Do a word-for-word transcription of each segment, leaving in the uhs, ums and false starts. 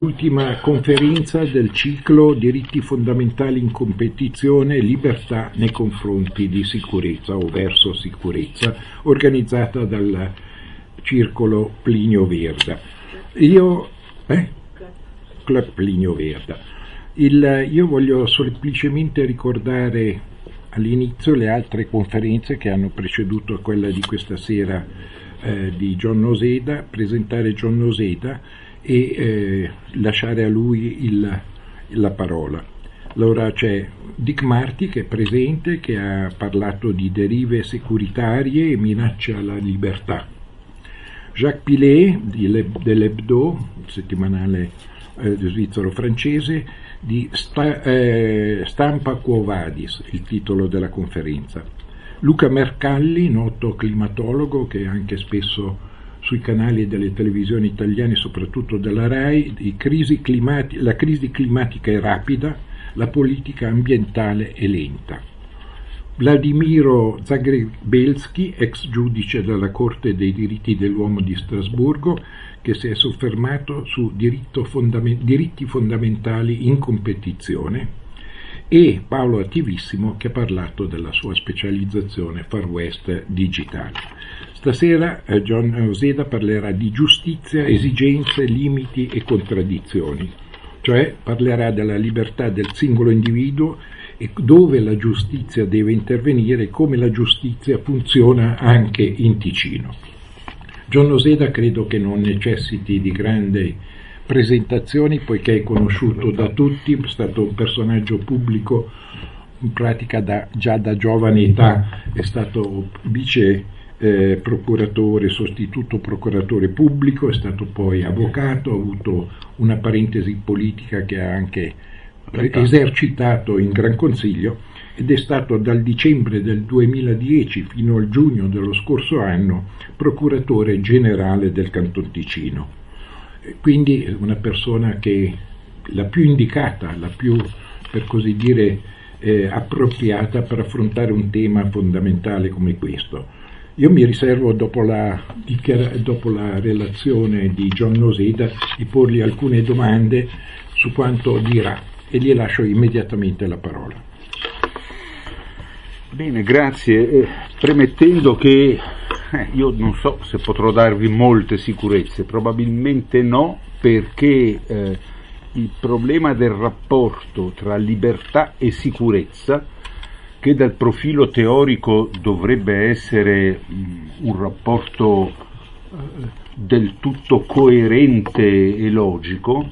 Ultima conferenza del ciclo Diritti fondamentali in competizione, libertà nei confronti di sicurezza o verso sicurezza, organizzata dal Circolo Plinio Verda. Io, eh? Club Plinio Verda. Il, io voglio semplicemente ricordare all'inizio le altre conferenze che hanno preceduto quella di questa sera eh, di John Noseda, presentare John Noseda e eh, lasciare a lui il, la parola. Allora c'è Dick Marty che è presente, che ha parlato di derive securitarie e minacce alla libertà. Jacques Pilet dell'Hebdo, il settimanale eh, svizzero-francese, di sta, eh, Stampa Quo Vadis, il titolo della conferenza. Luca Mercalli, noto climatologo che anche spesso sui canali delle televisioni italiane, soprattutto della RAI, di crisi climati- la crisi climatica è rapida, la politica ambientale è lenta. Vladimiro Zagrebelski, ex giudice della Corte dei diritti dell'uomo di Strasburgo, che si è soffermato su diritto fondament- diritti fondamentali in competizione, e Paolo Attivissimo, che ha parlato della sua specializzazione Far West digitale. Stasera eh, John Noseda parlerà di giustizia, esigenze, limiti e contraddizioni, cioè parlerà della libertà del singolo individuo e dove la giustizia deve intervenire e come la giustizia funziona anche in Ticino. John Noseda credo che non necessiti di grandi presentazioni, poiché è conosciuto da tutti, è stato un personaggio pubblico in pratica da, già da giovane età, è stato vice eh, procuratore, sostituto procuratore pubblico, è stato poi avvocato, ha avuto una parentesi politica che ha anche esercitato in Gran Consiglio ed è stato dal dicembre del duemiladieci fino al giugno dello scorso anno procuratore generale del Canton Ticino. Quindi una persona che la più indicata, la più, per così dire, eh, appropriata per affrontare un tema fondamentale come questo. Io mi riservo, dopo la, dopo la relazione di John Noseda, di porgli alcune domande su quanto dirà e gli lascio immediatamente la parola. Bene, grazie. Eh, premettendo che eh, io non so se potrò darvi molte sicurezze, probabilmente no, perché eh, il problema del rapporto tra libertà e sicurezza, che dal profilo teorico dovrebbe essere mh, un rapporto eh, del tutto coerente e logico,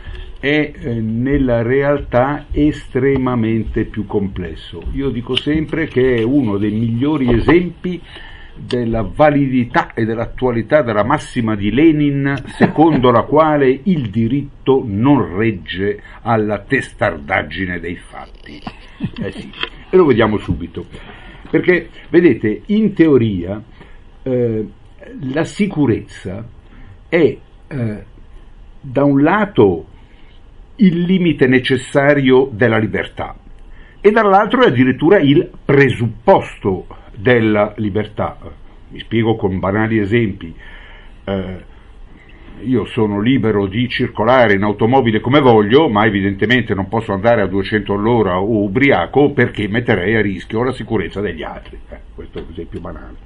è eh, nella realtà estremamente più complesso. Io dico sempre che è uno dei migliori esempi della validità e dell'attualità della massima di Lenin, secondo la quale il diritto non regge alla testardaggine dei fatti. Eh sì, e lo vediamo subito. Perché, vedete, in teoria eh, la sicurezza è eh, da un lato il limite necessario della libertà e dall'altro è addirittura il presupposto della libertà. Mi spiego con banali esempi. Eh, io sono libero di circolare in automobile come voglio, ma evidentemente non posso andare a duecento all'ora o ubriaco, perché metterei a rischio la sicurezza degli altri. Eh, questo è un esempio banale.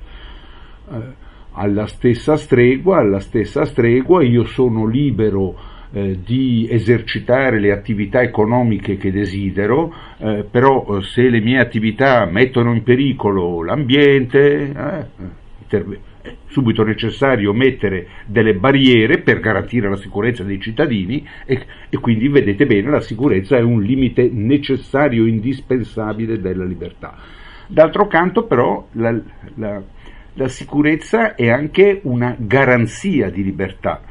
Eh, alla stessa stregua, alla stessa stregua io sono libero Eh, di esercitare le attività economiche che desidero, eh, però eh, se le mie attività mettono in pericolo l'ambiente, eh, interve- è subito necessario mettere delle barriere per garantire la sicurezza dei cittadini e, e quindi vedete bene, la sicurezza è un limite necessario, indispensabile della libertà. D'altro canto però la, la, la sicurezza è anche una garanzia di libertà.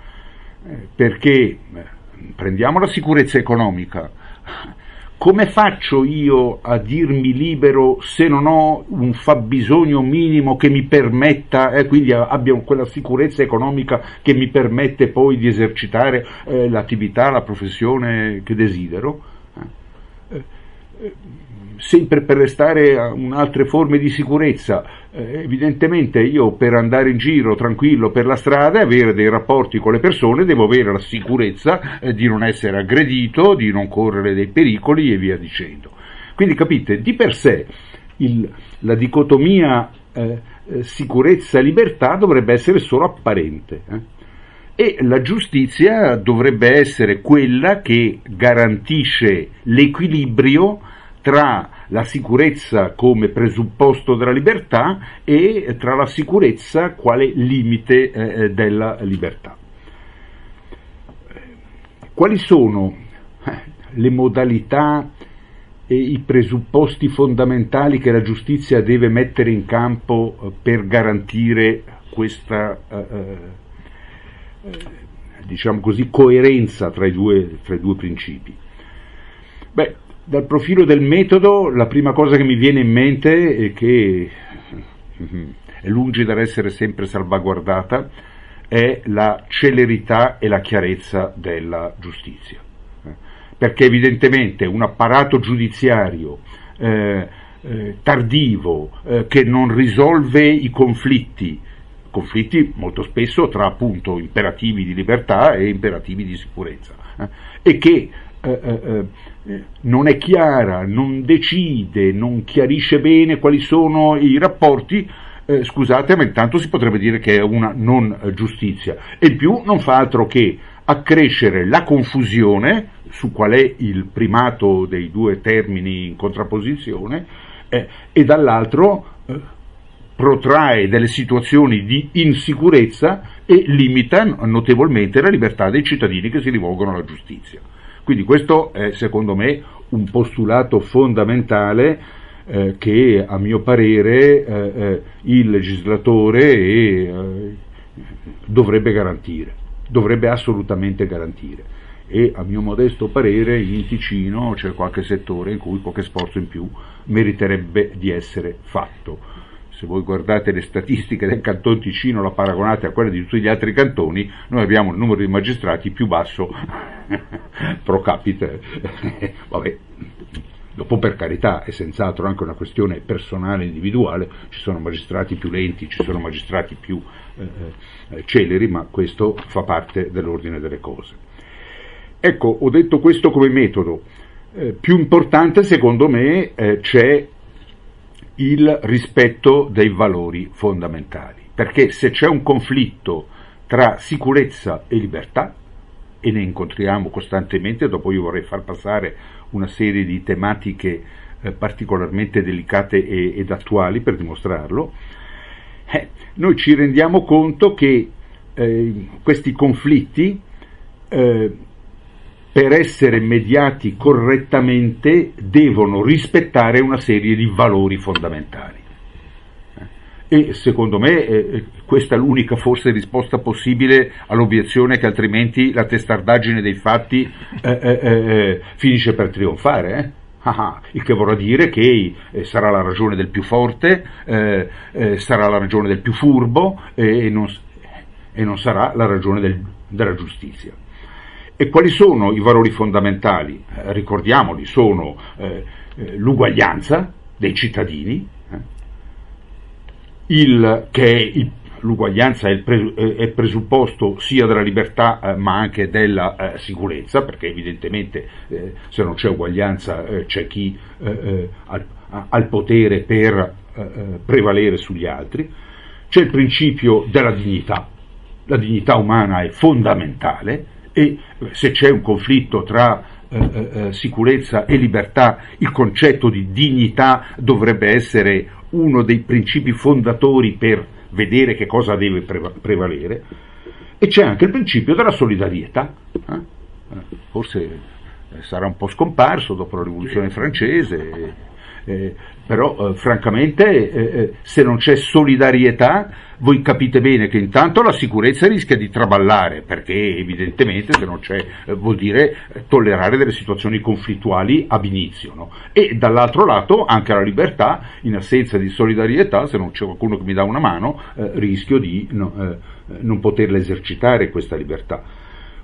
Perché prendiamo la sicurezza economica, come faccio io a dirmi libero se non ho un fabbisogno minimo che mi permetta, e eh, quindi abbia quella sicurezza economica che mi permette poi di esercitare eh, l'attività, la professione che desidero? Eh, sempre per restare a altre forme di sicurezza. Eh, evidentemente io per andare in giro tranquillo per la strada e avere dei rapporti con le persone devo avere la sicurezza eh, di non essere aggredito, di non correre dei pericoli e via dicendo. Quindi capite, di per sé il, la dicotomia eh, eh, sicurezza-libertà dovrebbe essere solo apparente, eh? E la giustizia dovrebbe essere quella che garantisce l'equilibrio tra la sicurezza come presupposto della libertà e tra la sicurezza quale limite eh, della libertà. Quali sono le modalità e i presupposti fondamentali che la giustizia deve mettere in campo per garantire questa eh, diciamo così coerenza tra i due, tra i due principi? Beh, dal profilo del metodo la prima cosa che mi viene in mente è che è lungi dall'essere sempre salvaguardata è la celerità e la chiarezza della giustizia, perché evidentemente un apparato giudiziario eh, eh, tardivo eh, che non risolve i conflitti conflitti molto spesso tra appunto imperativi di libertà e imperativi di sicurezza eh, e che eh, eh, non è chiara, non decide, non chiarisce bene quali sono i rapporti, eh, scusate, ma intanto si potrebbe dire che è una non giustizia, e in più non fa altro che accrescere la confusione su qual è il primato dei due termini in contrapposizione eh, e dall'altro eh, protrae delle situazioni di insicurezza e limita notevolmente la libertà dei cittadini che si rivolgono alla giustizia. Quindi questo è secondo me un postulato fondamentale eh, che a mio parere eh, eh, il legislatore eh, dovrebbe garantire, dovrebbe assolutamente garantire. E a mio modesto parere in Ticino c'è qualche settore in cui qualche sforzo in più meriterebbe di essere fatto. Se voi guardate le statistiche del Canton Ticino, la paragonate a quelle di tutti gli altri cantoni, noi abbiamo il numero di magistrati più basso pro capite. Vabbè, dopo per carità è senz'altro anche una questione personale, individuale, ci sono magistrati più lenti, ci sono magistrati più eh, celeri, ma questo fa parte dell'ordine delle cose. Ecco, ho detto questo come metodo. Eh, più importante secondo me eh, c'è il rispetto dei valori fondamentali, perché se c'è un conflitto tra sicurezza e libertà, e ne incontriamo costantemente, dopo io vorrei far passare una serie di tematiche eh, particolarmente delicate e, ed attuali per dimostrarlo, eh, noi ci rendiamo conto che eh, questi conflitti eh, per essere mediati correttamente devono rispettare una serie di valori fondamentali. E secondo me eh, questa è l'unica forse risposta possibile all'obiezione che altrimenti la testardaggine dei fatti eh, eh, eh, finisce per trionfare. Eh? Ah, ah, il che vorrà dire che eh, sarà la ragione del più forte, eh, eh, sarà la ragione del più furbo eh, e, non, e non sarà la ragione del, della giustizia. E quali sono i valori fondamentali? Eh, ricordiamoli, sono eh, eh, l'uguaglianza dei cittadini, eh, il, che è il, l'uguaglianza è il pre, è presupposto sia della libertà eh, ma anche della eh, sicurezza, perché evidentemente eh, se non c'è uguaglianza eh, c'è chi eh, eh, ha, ha il potere per eh, prevalere sugli altri. C'è il principio della dignità, la dignità umana è fondamentale, e se c'è un conflitto tra eh, eh, sicurezza e libertà, il concetto di dignità dovrebbe essere uno dei principi fondatori per vedere che cosa deve prevalere. E c'è anche il principio della solidarietà, eh? Forse sarà un po' scomparso dopo la rivoluzione francese, eh, però eh, francamente eh, se non c'è solidarietà voi capite bene che intanto la sicurezza rischia di traballare, perché evidentemente se non c'è eh, vuol dire tollerare delle situazioni conflittuali ab inizio, no? E dall'altro lato anche la libertà, in assenza di solidarietà, se non c'è qualcuno che mi dà una mano, eh, rischio di no, eh, non poterla esercitare questa libertà.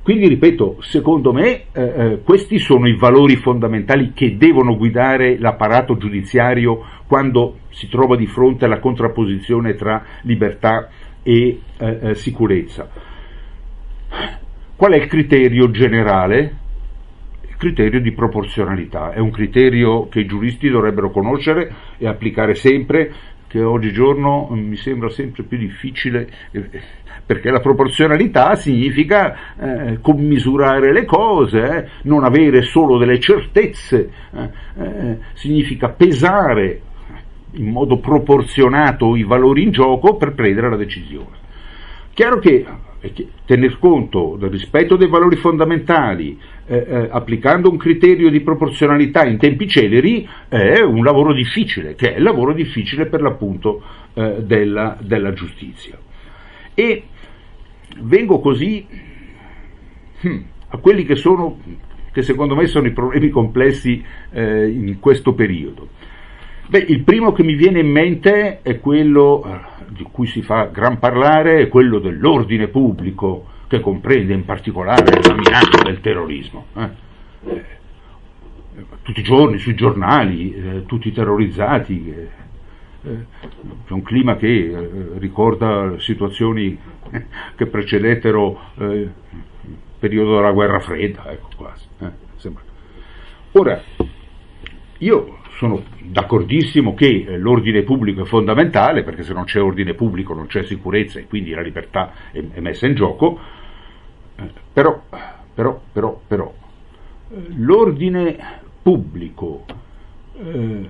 quindi ripeto, secondo me eh, eh, questi sono i valori fondamentali che devono guidare l'apparato giudiziario quando si trova di fronte alla contrapposizione tra libertà e eh, eh, sicurezza. Qual è il criterio generale? Il criterio di proporzionalità. È un criterio che i giuristi dovrebbero conoscere e applicare sempre, che oggigiorno mi sembra sempre più difficile, perché la proporzionalità significa eh, commisurare le cose, eh, non avere solo delle certezze, eh, eh, significa pesare in modo proporzionato i valori in gioco per prendere la decisione. Chiaro che tener conto del rispetto dei valori fondamentali, eh, eh, applicando un criterio di proporzionalità in tempi celeri, è un lavoro difficile, che è il lavoro difficile per l'appunto eh, della, della giustizia. E vengo così hmm, a quelli che sono, che secondo me sono i problemi complessi eh, in questo periodo. Beh, il primo che mi viene in mente è quello di cui si fa gran parlare, è quello dell'ordine pubblico, che comprende in particolare la minaccia del terrorismo. Eh? Eh, tutti i giorni sui giornali, eh, tutti terrorizzati, eh, eh, c'è un clima che eh, ricorda situazioni che precedettero eh, il periodo della guerra fredda, ecco quasi. Eh, sembra. Ora, io sono d'accordissimo che eh, l'ordine pubblico è fondamentale, perché se non c'è ordine pubblico non c'è sicurezza e quindi la libertà è, è messa in gioco, eh, però, però, però, però eh, l'ordine pubblico eh,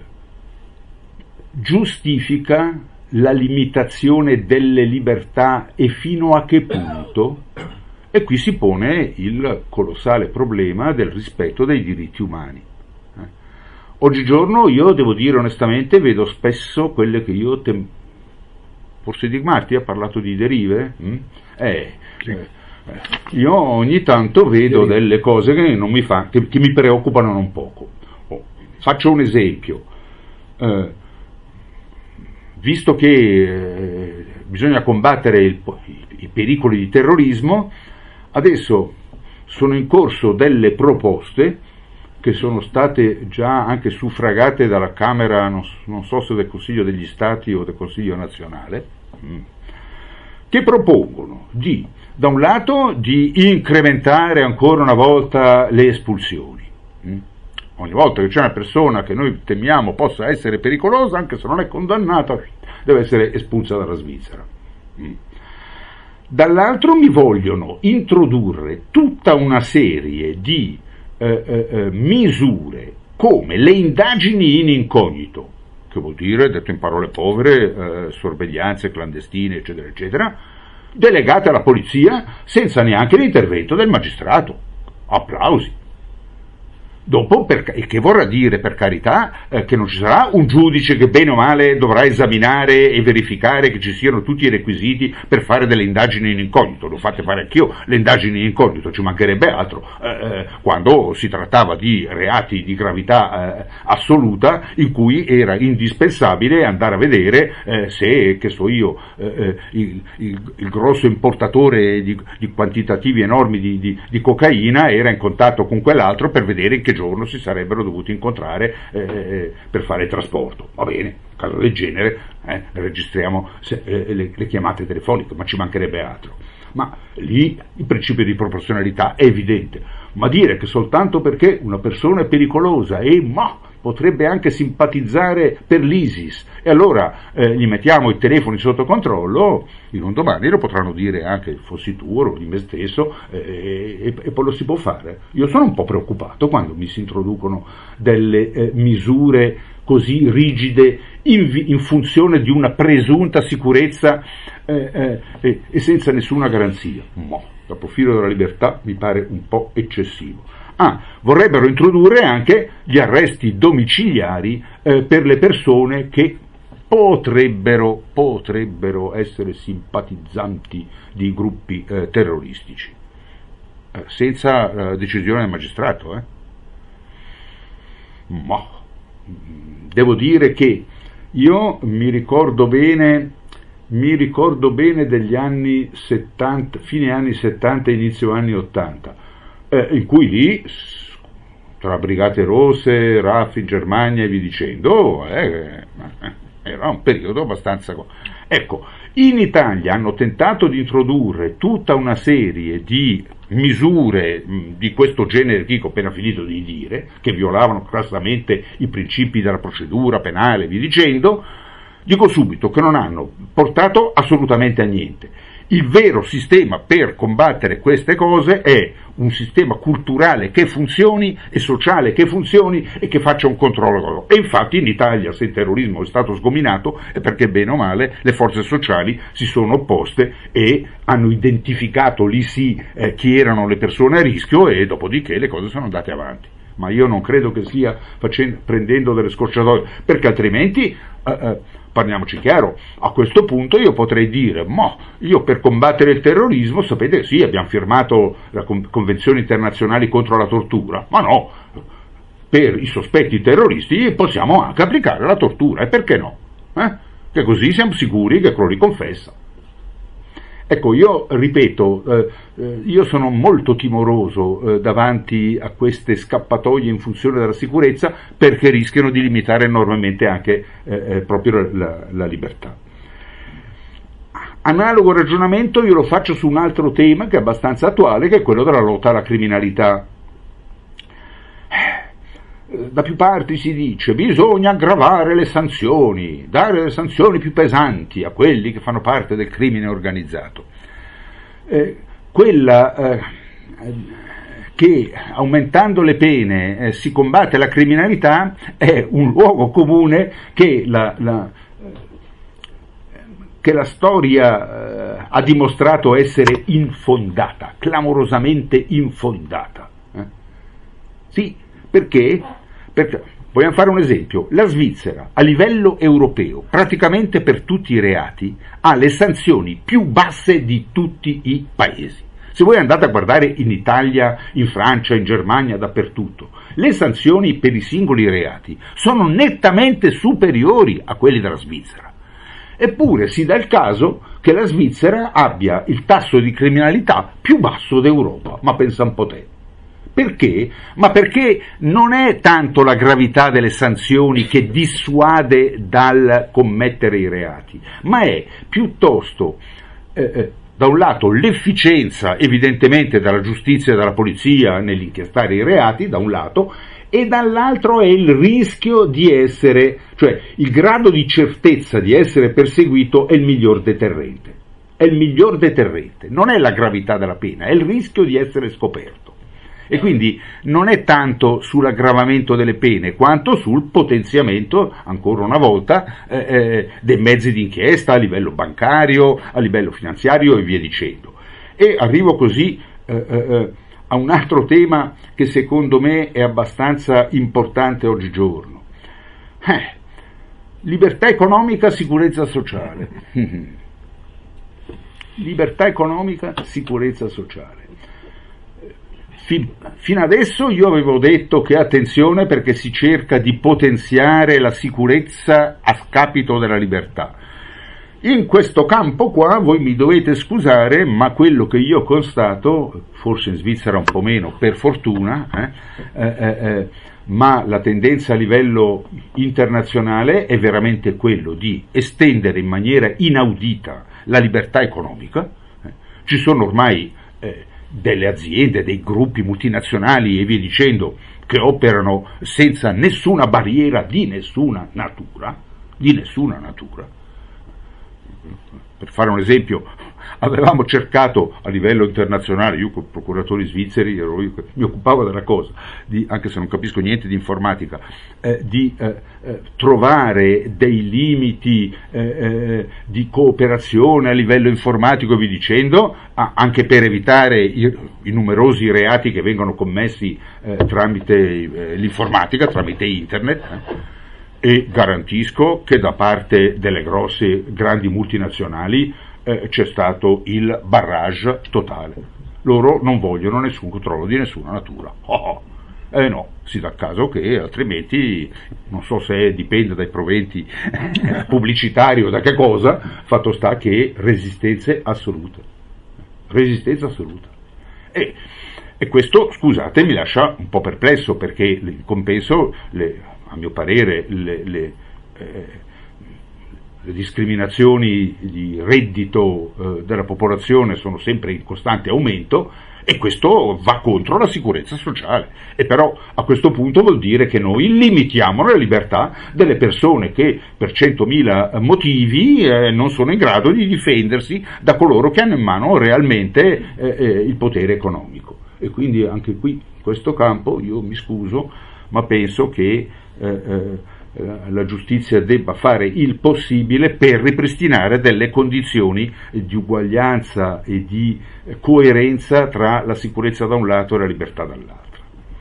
giustifica la limitazione delle libertà e fino a che punto? E qui si pone il colossale problema del rispetto dei diritti umani. Oggigiorno io devo dire onestamente vedo spesso quelle che io tem- forse Dick Marty ha parlato di derive? Mm? Eh, eh, io ogni tanto vedo delle cose che non mi fa, che, che mi preoccupano non poco. Oh, faccio un esempio. Eh, visto che eh, bisogna combattere il, i, i pericoli di terrorismo, adesso sono in corso delle proposte che sono state già anche suffragate dalla Camera, non, non so se del Consiglio degli Stati o del Consiglio nazionale, che propongono di, da un lato, di incrementare ancora una volta le espulsioni. Ogni volta che c'è una persona che noi temiamo possa essere pericolosa, anche se non è condannata, deve essere espulsa dalla Svizzera. Dall'altro mi vogliono introdurre tutta una serie di Eh, eh, misure come le indagini in incognito, che vuol dire, detto in parole povere, eh, sorveglianze clandestine, eccetera, eccetera, delegate alla polizia senza neanche l'intervento del magistrato. Applausi. Dopo, per, e che vorrà dire, per carità, eh, che non ci sarà un giudice che bene o male dovrà esaminare e verificare che ci siano tutti i requisiti per fare delle indagini in incognito. Lo fate fare anch'io, le indagini in incognito, ci mancherebbe altro, eh, quando si trattava di reati di gravità eh, assoluta, in cui era indispensabile andare a vedere eh, se, che so io, eh, il, il, il grosso importatore di, di quantitativi enormi di, di, di cocaina era in contatto con quell'altro per vedere in che giorno si sarebbero dovuti incontrare eh, per fare il trasporto. Va bene, in caso del genere eh, registriamo se, eh, le, le chiamate telefoniche, ma ci mancherebbe altro. Ma lì il principio di proporzionalità è evidente, ma dire che soltanto perché una persona è pericolosa e ma potrebbe anche simpatizzare per l'ISIS e allora eh, gli mettiamo i telefoni sotto controllo, in un domani lo potranno dire anche fossi tu o di me stesso eh, e, e poi lo si può fare. Io sono un po' preoccupato quando mi si introducono delle eh, misure così rigide in, in funzione di una presunta sicurezza eh, eh, e senza nessuna garanzia. No, dal profilo della libertà mi pare un po' eccessivo. Ah, vorrebbero introdurre anche gli arresti domiciliari eh, per le persone che potrebbero, potrebbero essere simpatizzanti di gruppi eh, terroristici, eh, senza eh, decisione del magistrato. Eh. Ma devo dire che io mi ricordo bene mi ricordo bene degli anni settanta, fine anni settanta, inizio anni ottanta, eh, in cui lì, tra Brigate Rosse, R A F in Germania e via dicendo, eh, era un periodo abbastanza... Ecco, in Italia hanno tentato di introdurre tutta una serie di misure mh, di questo genere che ho appena finito di dire, che violavano crassamente i principi della procedura penale e via dicendo. Dico subito che non hanno portato assolutamente a niente. Il vero sistema per combattere queste cose è un sistema culturale che funzioni e sociale che funzioni e che faccia un controllo. E infatti in Italia, se il terrorismo è stato sgominato, è perché bene o male le forze sociali si sono opposte e hanno identificato lì sì eh, chi erano le persone a rischio, e dopodiché le cose sono andate avanti. Ma io non credo che sia facendo, prendendo delle scorciatoie, perché altrimenti... Eh, eh, parliamoci chiaro, a questo punto io potrei dire, ma io per combattere il terrorismo, sapete, sì, abbiamo firmato la Convenzione internazionale contro la tortura, ma no, per i sospetti terroristi possiamo anche applicare la tortura, e perché no? Eh? Che così siamo sicuri che quello li confessa. Ecco, io ripeto, eh, io sono molto timoroso eh, davanti a queste scappatoie in funzione della sicurezza, perché rischiano di limitare enormemente anche eh, proprio la, la libertà. Analogo ragionamento io lo faccio su un altro tema che è abbastanza attuale, che è quello della lotta alla criminalità. Da più parti si dice bisogna aggravare le sanzioni, dare le sanzioni più pesanti a quelli che fanno parte del crimine organizzato. Eh, quella eh, che aumentando le pene eh, si combatte la criminalità è un luogo comune che la, la, che la storia eh, ha dimostrato essere infondata, clamorosamente infondata. Eh? Sì, perché? Perché, vogliamo fare un esempio, la Svizzera a livello europeo, praticamente per tutti i reati, ha le sanzioni più basse di tutti i paesi. Se voi andate a guardare in Italia, in Francia, in Germania, dappertutto, le sanzioni per i singoli reati sono nettamente superiori a quelli della Svizzera. Eppure si dà il caso che la Svizzera abbia il tasso di criminalità più basso d'Europa, ma pensa un po' te. Perché? Ma perché non è tanto la gravità delle sanzioni che dissuade dal commettere i reati, ma è piuttosto, eh, da un lato, l'efficienza evidentemente della giustizia e della polizia nell'inchiestare i reati, da un lato, e dall'altro è il rischio di essere, cioè il grado di certezza di essere perseguito è il miglior deterrente. È il miglior deterrente, non è la gravità della pena, è il rischio di essere scoperto. E quindi non è tanto sull'aggravamento delle pene quanto sul potenziamento, ancora una volta, eh, eh, dei mezzi di inchiesta a livello bancario, a livello finanziario e via dicendo. E arrivo così eh, eh, a un altro tema che secondo me è abbastanza importante oggigiorno. Eh, libertà economica, sicurezza sociale. Libertà economica, sicurezza sociale. Fino adesso io avevo detto che attenzione, perché si cerca di potenziare la sicurezza a scapito della libertà. In questo campo qua voi mi dovete scusare, ma quello che io constato, forse in Svizzera un po' meno, per fortuna, eh, eh, eh, ma la tendenza a livello internazionale è veramente quello di estendere in maniera inaudita la libertà economica. Eh. Ci sono ormai eh, delle aziende, dei gruppi multinazionali e via dicendo, che operano senza nessuna barriera di nessuna natura, di nessuna natura. Per fare un esempio, avevamo cercato a livello internazionale, io con procuratori svizzeri ero io che mi occupavo della cosa, di, anche se non capisco niente di informatica, eh, di eh, eh, trovare dei limiti eh, eh, di cooperazione a livello informatico e via dicendo, ah, anche per evitare i, i numerosi reati che vengono commessi eh, tramite eh, l'informatica, tramite internet. Eh. E garantisco che da parte delle grosse, grandi multinazionali eh, c'è stato il barrage totale. Loro non vogliono nessun controllo di nessuna natura. Oh, oh. Eh no, si dà caso che altrimenti, non so se dipende dai proventi pubblicitari o da che cosa, fatto sta che resistenze assolute, resistenza assoluta. E, e questo, scusate, mi lascia un po' perplesso, perché in compenso, le, a mio parere, le, le, eh, le discriminazioni di reddito eh, della popolazione sono sempre in costante aumento, e questo va contro la sicurezza sociale. E però a questo punto vuol dire che noi limitiamo la libertà delle persone che per centomila motivi eh, non sono in grado di difendersi da coloro che hanno in mano realmente eh, eh, il potere economico. E quindi anche qui, in questo campo, io mi scuso, ma penso che eh, eh, la giustizia debba fare il possibile per ripristinare delle condizioni di uguaglianza e di coerenza tra la sicurezza da un lato e la libertà dall'altro.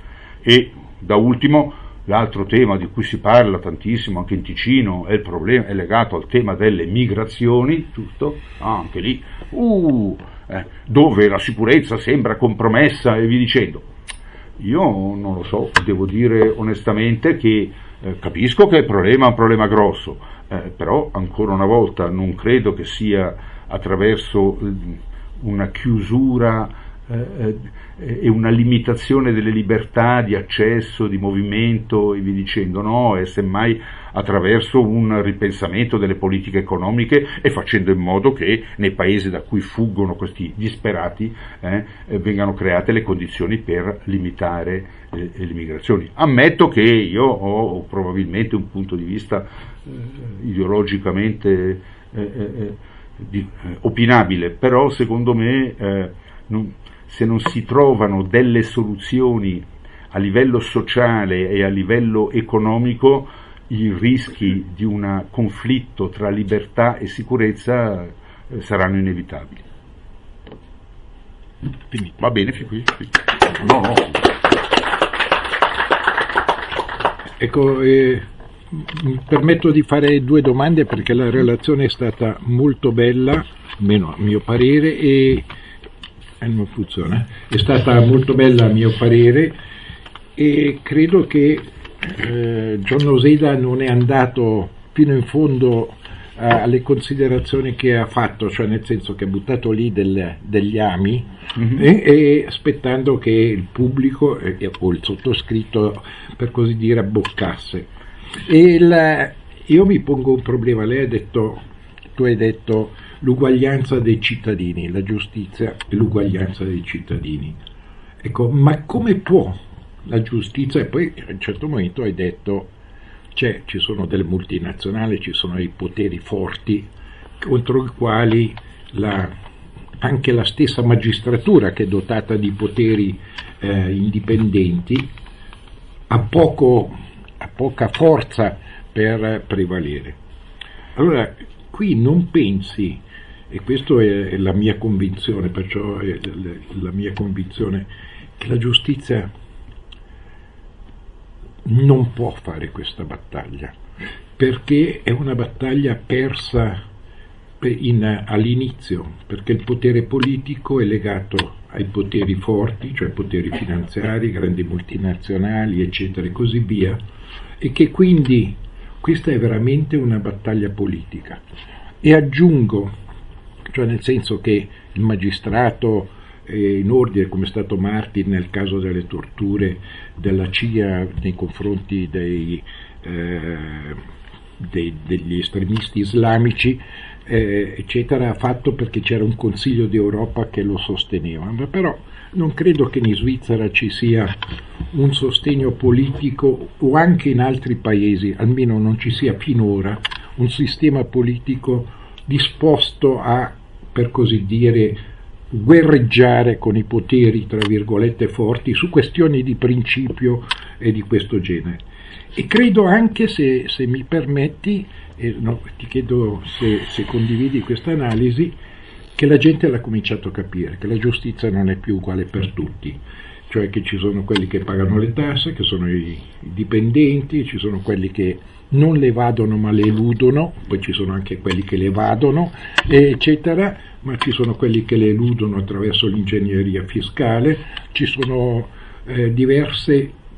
E da ultimo, l'altro tema di cui si parla tantissimo anche in Ticino è il problema, è legato al tema delle migrazioni, giusto? Ah, anche lì, uh, eh, dove la sicurezza sembra compromessa e via dicendo. Io non lo so, devo dire onestamente che Eh, capisco che il problema è un problema grosso, eh, però ancora una volta non credo che sia attraverso eh, una chiusura eh, eh, e una limitazione delle libertà di accesso, di movimento e via dicendo, no, è semmai attraverso un ripensamento delle politiche economiche e facendo in modo che nei paesi da cui fuggono questi disperati eh, eh, vengano create le condizioni per limitare eh, le migrazioni. Ammetto che io ho probabilmente un punto di vista eh, ideologicamente eh, eh, di, eh, opinabile, però secondo me eh, non, se non si trovano delle soluzioni a livello sociale e a livello economico, i rischi di un conflitto tra libertà e sicurezza eh, saranno inevitabili. Finito. Va bene, fin qui. No, no. Ecco, eh, mi permetto di fare due domande perché la relazione è stata molto bella, almeno a mio parere, e eh, non funziona. È stata molto bella a mio parere e credo che Eh, John Noseda non è andato fino in fondo eh, alle considerazioni che ha fatto, cioè nel senso che ha buttato lì del, degli ami mm-hmm. e, e aspettando che il pubblico eh, o il sottoscritto, per così dire, abboccasse. E il, io mi pongo un problema. Lei ha detto, tu hai detto l'uguaglianza dei cittadini, la giustizia e l'uguaglianza dei cittadini. Ecco, ma come può la giustizia? E poi a un certo momento hai detto cioè, ci sono delle multinazionali, ci sono i poteri forti contro i quali la, anche la stessa magistratura, che è dotata di poteri eh, indipendenti, ha, poco, ha poca forza per prevalere. Allora qui non pensi, e questa è la mia convinzione, perciò è la mia convinzione, che la giustizia non può fare questa battaglia, perché è una battaglia persa in, all'inizio, perché il potere politico è legato ai poteri forti, cioè poteri finanziari, grandi multinazionali, eccetera, e così via, e che quindi questa è veramente una battaglia politica. E aggiungo, cioè nel senso che il magistrato in ordine, come è stato Martin nel caso delle torture della C I A nei confronti dei, eh, dei, degli estremisti islamici, eh, eccetera, ha fatto perché c'era un Consiglio d'Europa che lo sosteneva. Ma però non credo che in Svizzera ci sia un sostegno politico, o anche in altri paesi, almeno non ci sia finora, un sistema politico disposto a, per così dire, guerreggiare con i poteri tra virgolette forti su questioni di principio e di questo genere. E credo anche, se, se mi permetti, eh, no, ti chiedo se, se condividi questa analisi, che la gente l'ha cominciato a capire, che la giustizia non è più uguale per tutti, cioè che ci sono quelli che pagano le tasse, che sono i, i dipendenti, ci sono quelli che non le evadono ma le eludono, poi ci sono anche quelli che le evadono, eccetera, ma ci sono quelli che le eludono attraverso l'ingegneria fiscale, ci sono eh, diverse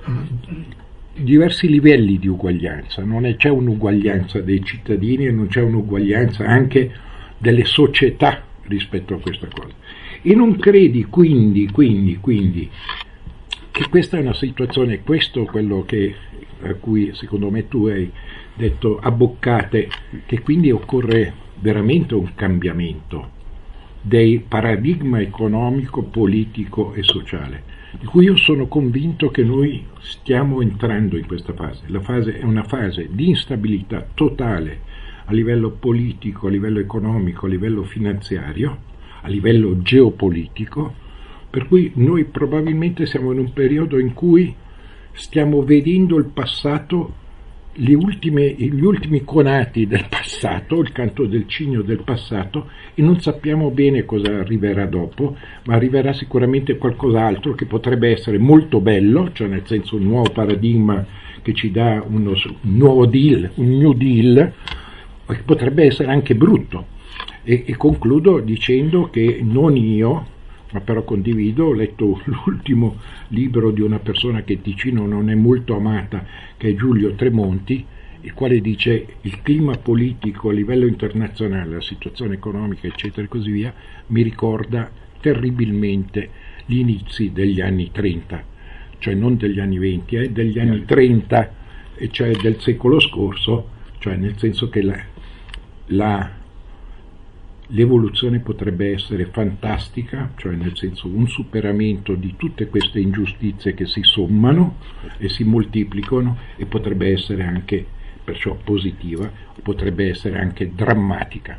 diversi livelli di uguaglianza, non è, c'è un'uguaglianza dei cittadini e non c'è un'uguaglianza anche delle società rispetto a questa cosa. E non credi quindi, quindi, quindi che questa è una situazione, questo è quello che, a cui secondo me tu hai detto a boccate, che quindi occorre veramente un cambiamento del paradigma economico, politico e sociale, di cui io sono convinto che noi stiamo entrando in questa fase. La fase è una fase di instabilità totale a livello politico, a livello economico, a livello finanziario, a livello geopolitico, per cui noi probabilmente siamo in un periodo in cui stiamo vedendo il passato, gli ultimi, gli ultimi conati del passato, il canto del cigno del passato, e non sappiamo bene cosa arriverà dopo, ma arriverà sicuramente qualcos'altro che potrebbe essere molto bello, cioè nel senso un nuovo paradigma che ci dà uno, un nuovo deal, un new deal, che potrebbe essere anche brutto. E, e concludo dicendo che non io, ma però condivido, ho letto l'ultimo libro di una persona che Ticino non è molto amata, che è Giulio Tremonti, il quale dice il clima politico a livello internazionale, la situazione economica eccetera e così via, mi ricorda terribilmente gli inizi degli anni trenta, cioè non degli anni venti, eh, degli anni trenta, e cioè del secolo scorso, cioè nel senso che la, la l'evoluzione potrebbe essere fantastica, cioè nel senso un superamento di tutte queste ingiustizie che si sommano e si moltiplicano, e potrebbe essere anche perciò positiva, potrebbe essere anche drammatica.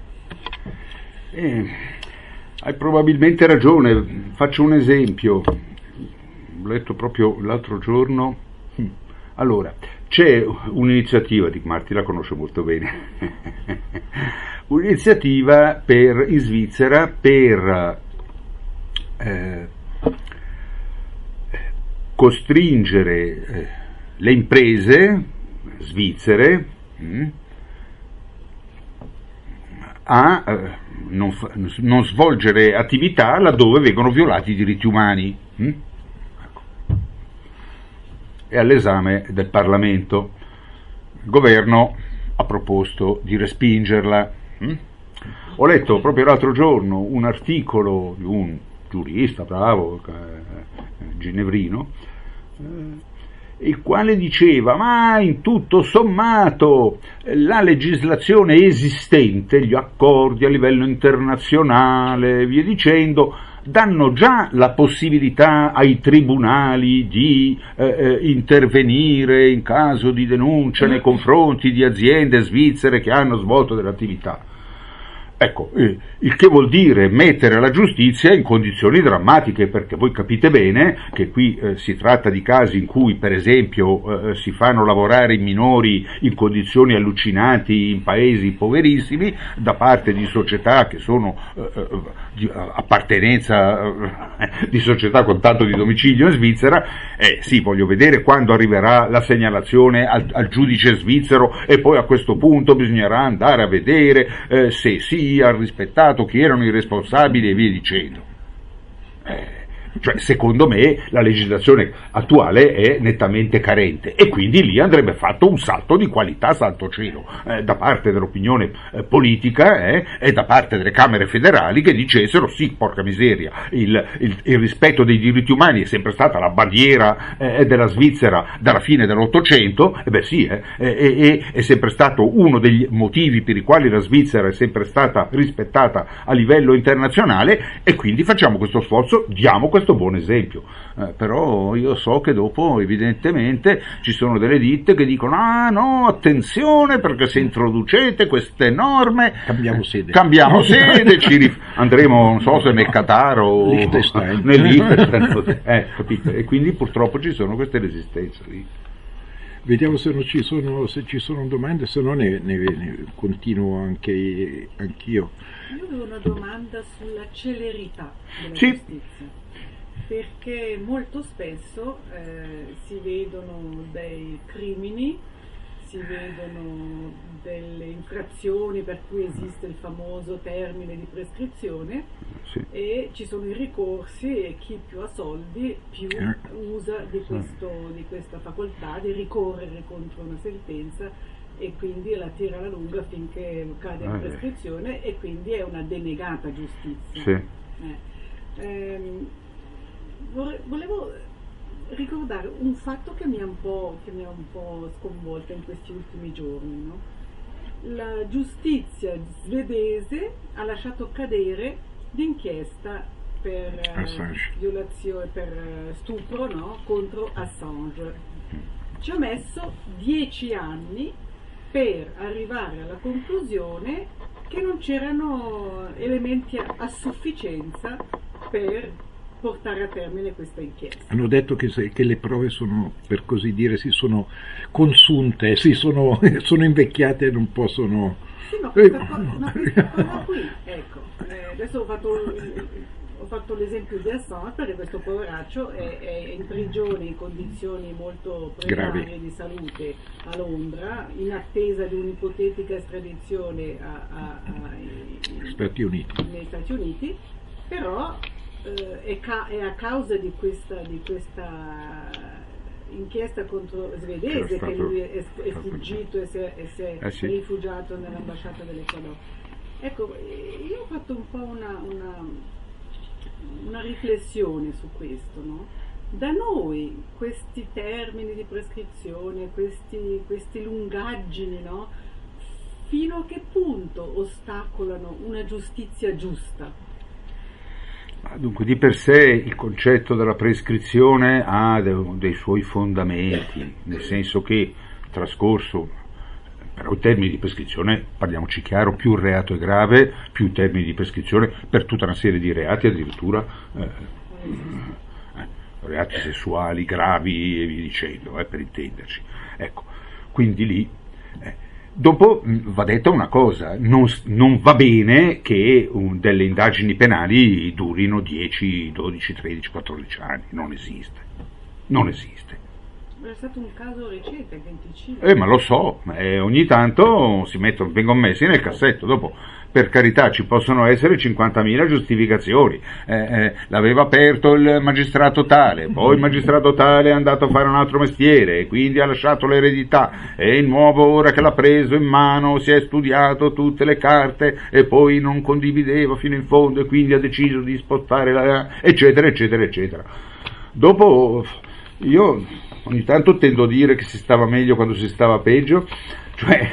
Eh, hai probabilmente ragione. Faccio un esempio, l'ho letto proprio l'altro giorno. Allora, c'è un'iniziativa, Dick Marty la conosce molto bene, un'iniziativa per, in Svizzera per eh, costringere eh, le imprese svizzere mh, a eh, non, fa, non svolgere attività laddove vengono violati i diritti umani. Mh? È all'esame del Parlamento. Il governo ha proposto di respingerla. Mm? Ho letto proprio l'altro giorno un articolo di un giurista bravo, eh, ginevrino, eh, il quale diceva: ma in tutto sommato la legislazione esistente, gli accordi a livello internazionale, via dicendo, danno già la possibilità ai tribunali di eh, eh, intervenire in caso di denuncia nei confronti di aziende svizzere che hanno svolto delle attività. Ecco, eh, il che vuol dire mettere la giustizia in condizioni drammatiche, perché voi capite bene che qui eh, si tratta di casi in cui, per esempio, eh, si fanno lavorare i minori in condizioni allucinanti in paesi poverissimi da parte di società che sono eh, di appartenenza eh, di società con tanto di domicilio in Svizzera. Eh sì, voglio vedere quando arriverà la segnalazione al, al giudice svizzero, e poi a questo punto bisognerà andare a vedere eh, se sì ha rispettato chi erano i responsabili e via dicendo. Eh, cioè, secondo me la legislazione attuale è nettamente carente, e quindi lì andrebbe fatto un salto di qualità, santo cielo, eh, da parte dell'opinione eh, politica eh, e da parte delle Camere federali, che dicessero: sì, porca miseria, il, il, il rispetto dei diritti umani è sempre stata la bandiera eh, della Svizzera dalla fine dell'Ottocento, e beh sì, eh, eh, è sempre stato uno degli motivi per i quali la Svizzera è sempre stata rispettata a livello internazionale, e quindi facciamo questo sforzo, diamo questo buon esempio. Eh, però io so che dopo evidentemente ci sono delle ditte che dicono: ah no, attenzione, perché se introducete queste norme cambiamo sede, cambiamo sede ci rif- andremo, non so se nel Qatar o Liechtenstein. nel Liechtenstein, eh, capito? E quindi purtroppo ci sono queste resistenze lì. Vediamo se non ci sono, se ci sono domande, se no ne, ne, ne continuo anche anch'io. Io avevo una domanda sulla celerità della Sì. giustizia, perché molto spesso eh, si vedono dei crimini, si vedono delle infrazioni per cui esiste il famoso termine di prescrizione, sì. E ci sono i ricorsi e chi più ha soldi più usa di, questo, di questa facoltà di ricorrere contro una sentenza e quindi la tira alla lunga finché cade in prescrizione e quindi è una denegata giustizia. Sì. Eh. Ehm, volevo ricordare un fatto che mi ha un po', che mi ha un po' sconvolta in questi ultimi giorni, no? La giustizia svedese ha lasciato cadere l'inchiesta per Assange. violazione, per stupro, no? Contro Assange. Ci ha messo dieci anni per arrivare alla conclusione che non c'erano elementi a, a sufficienza per portare a termine questa inchiesta. Hanno detto che, se, che le prove sono, per così dire, si sono consunte, si sono, sono invecchiate e non possono... Sì, ma questa, cosa, ma questa cosa qui, ecco, eh, adesso ho fatto, ho fatto l'esempio di Assange perché questo poveraccio è, è in prigione in condizioni molto precarie di salute a Londra, in attesa di un'ipotetica estradizione a, a, a, in, Stati Uniti. negli Stati Uniti, però eh, è, ca- è a causa di questa, di questa inchiesta contro svedese che, che lui è, è fuggito e si è, e si è eh sì. rifugiato nell'ambasciata dell'Ecuador. Ecco, io ho fatto un po' una, una, una riflessione su questo, no? Da noi questi termini di prescrizione, questi, questi lungaggini, no? Fino a che punto ostacolano una giustizia giusta? Dunque, di per sé il concetto della prescrizione ha dei suoi fondamenti, nel senso che trascorso, però i termini di prescrizione, parliamoci chiaro, più il reato è grave, più i termini di prescrizione per tutta una serie di reati, addirittura eh, eh, reati sessuali gravi e via dicendo, eh, per intenderci. Ecco, quindi lì... Eh, Dopo va detta una cosa, non, non va bene che um, delle indagini penali durino dieci, dodici, tredici, quattordici anni, non esiste, non esiste. È stato un caso recente, venticinque. Eh, ma lo so, eh, ogni tanto si mettono, vengono messi nel cassetto, dopo per carità ci possono essere cinquantamila giustificazioni, eh, eh, l'aveva aperto il magistrato tale, poi il magistrato tale è andato a fare un altro mestiere e quindi ha lasciato l'eredità e il nuovo ora che l'ha preso in mano si è studiato tutte le carte e poi non condivideva fino in fondo e quindi ha deciso di spostare la... eccetera eccetera eccetera. Dopo io ogni tanto tendo a dire che si stava meglio quando si stava peggio, cioè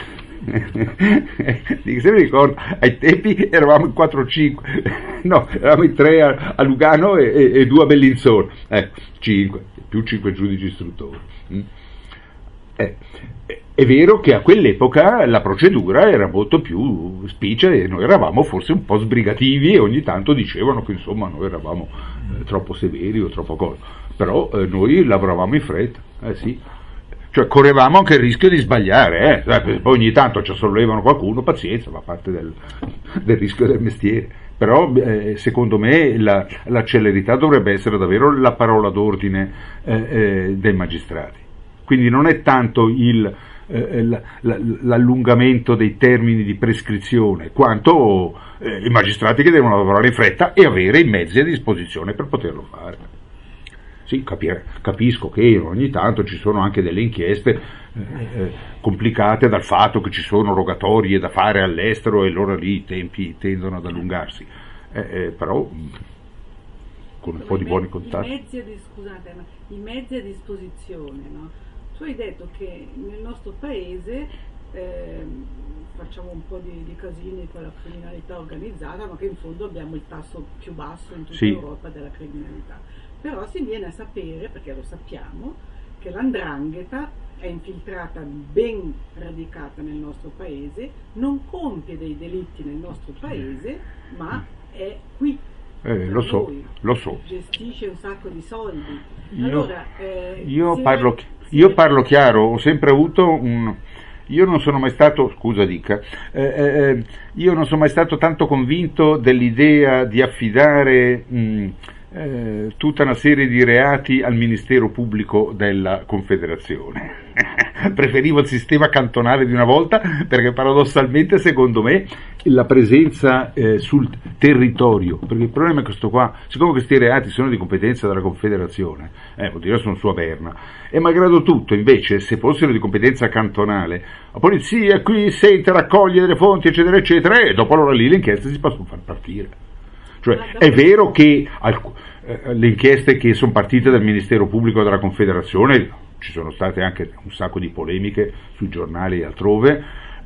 se mi ricordo ai tempi eravamo in quattro o cinque, no, eravamo in tre a, a Lugano e, e, e due a Bellinzona, ecco, cinque, più cinque giudici istruttori. Mm. Eh, è vero che a quell'epoca la procedura era molto più spicia e noi eravamo forse un po' sbrigativi e ogni tanto dicevano che insomma noi eravamo eh, troppo severi o troppo cosa, però eh, noi lavoravamo in fretta, eh sì. Cioè correvamo anche il rischio di sbagliare, eh? Poi ogni tanto ci sollevano qualcuno, pazienza, fa parte del, del rischio del mestiere, però eh, secondo me la, la celerità dovrebbe essere davvero la parola d'ordine eh, eh, dei magistrati, quindi non è tanto il, eh, la, la, l'allungamento dei termini di prescrizione, quanto eh, i magistrati che devono lavorare in fretta e avere i mezzi a disposizione per poterlo fare. Sì, capire, capisco che ogni tanto ci sono anche delle inchieste eh, eh, complicate dal fatto che ci sono rogatorie da fare all'estero e allora lì i tempi tendono ad allungarsi, eh, eh, però con un po' di buoni contatti. I mezzi a, scusate, ma i mezzi a disposizione, no? Tu hai detto che nel nostro paese eh, facciamo un po' di, di casini con la criminalità organizzata, ma che in fondo abbiamo il tasso più basso in tutta sì. Europa della criminalità. Però si viene a sapere, perché lo sappiamo, che l'andrangheta è infiltrata, ben radicata nel nostro paese, non compie dei delitti nel nostro paese, ma è qui. Eh, lo so, noi, lo so. Gestisce un sacco di soldi. Io, allora, eh, io, se parlo, si io è... parlo chiaro, ho sempre avuto un... Io non sono mai stato, scusa dica, eh, eh, io non sono mai stato tanto convinto dell'idea di affidare... Mh, Eh, tutta una serie di reati al Ministero Pubblico della Confederazione. preferivo il sistema cantonale di una volta, perché paradossalmente secondo me la presenza eh, sul territorio, perché il problema è questo qua, siccome questi reati sono di competenza della Confederazione, eh, vuol dire sono sua perna, e malgrado tutto invece se fossero di competenza cantonale, la polizia qui sente, raccoglie delle fonti eccetera eccetera, e dopo allora lì le inchieste si possono far partire. Cioè è vero che alc- eh, le inchieste che sono partite dal Ministero Pubblico della Confederazione, ci sono state anche un sacco di polemiche sui giornali e altrove,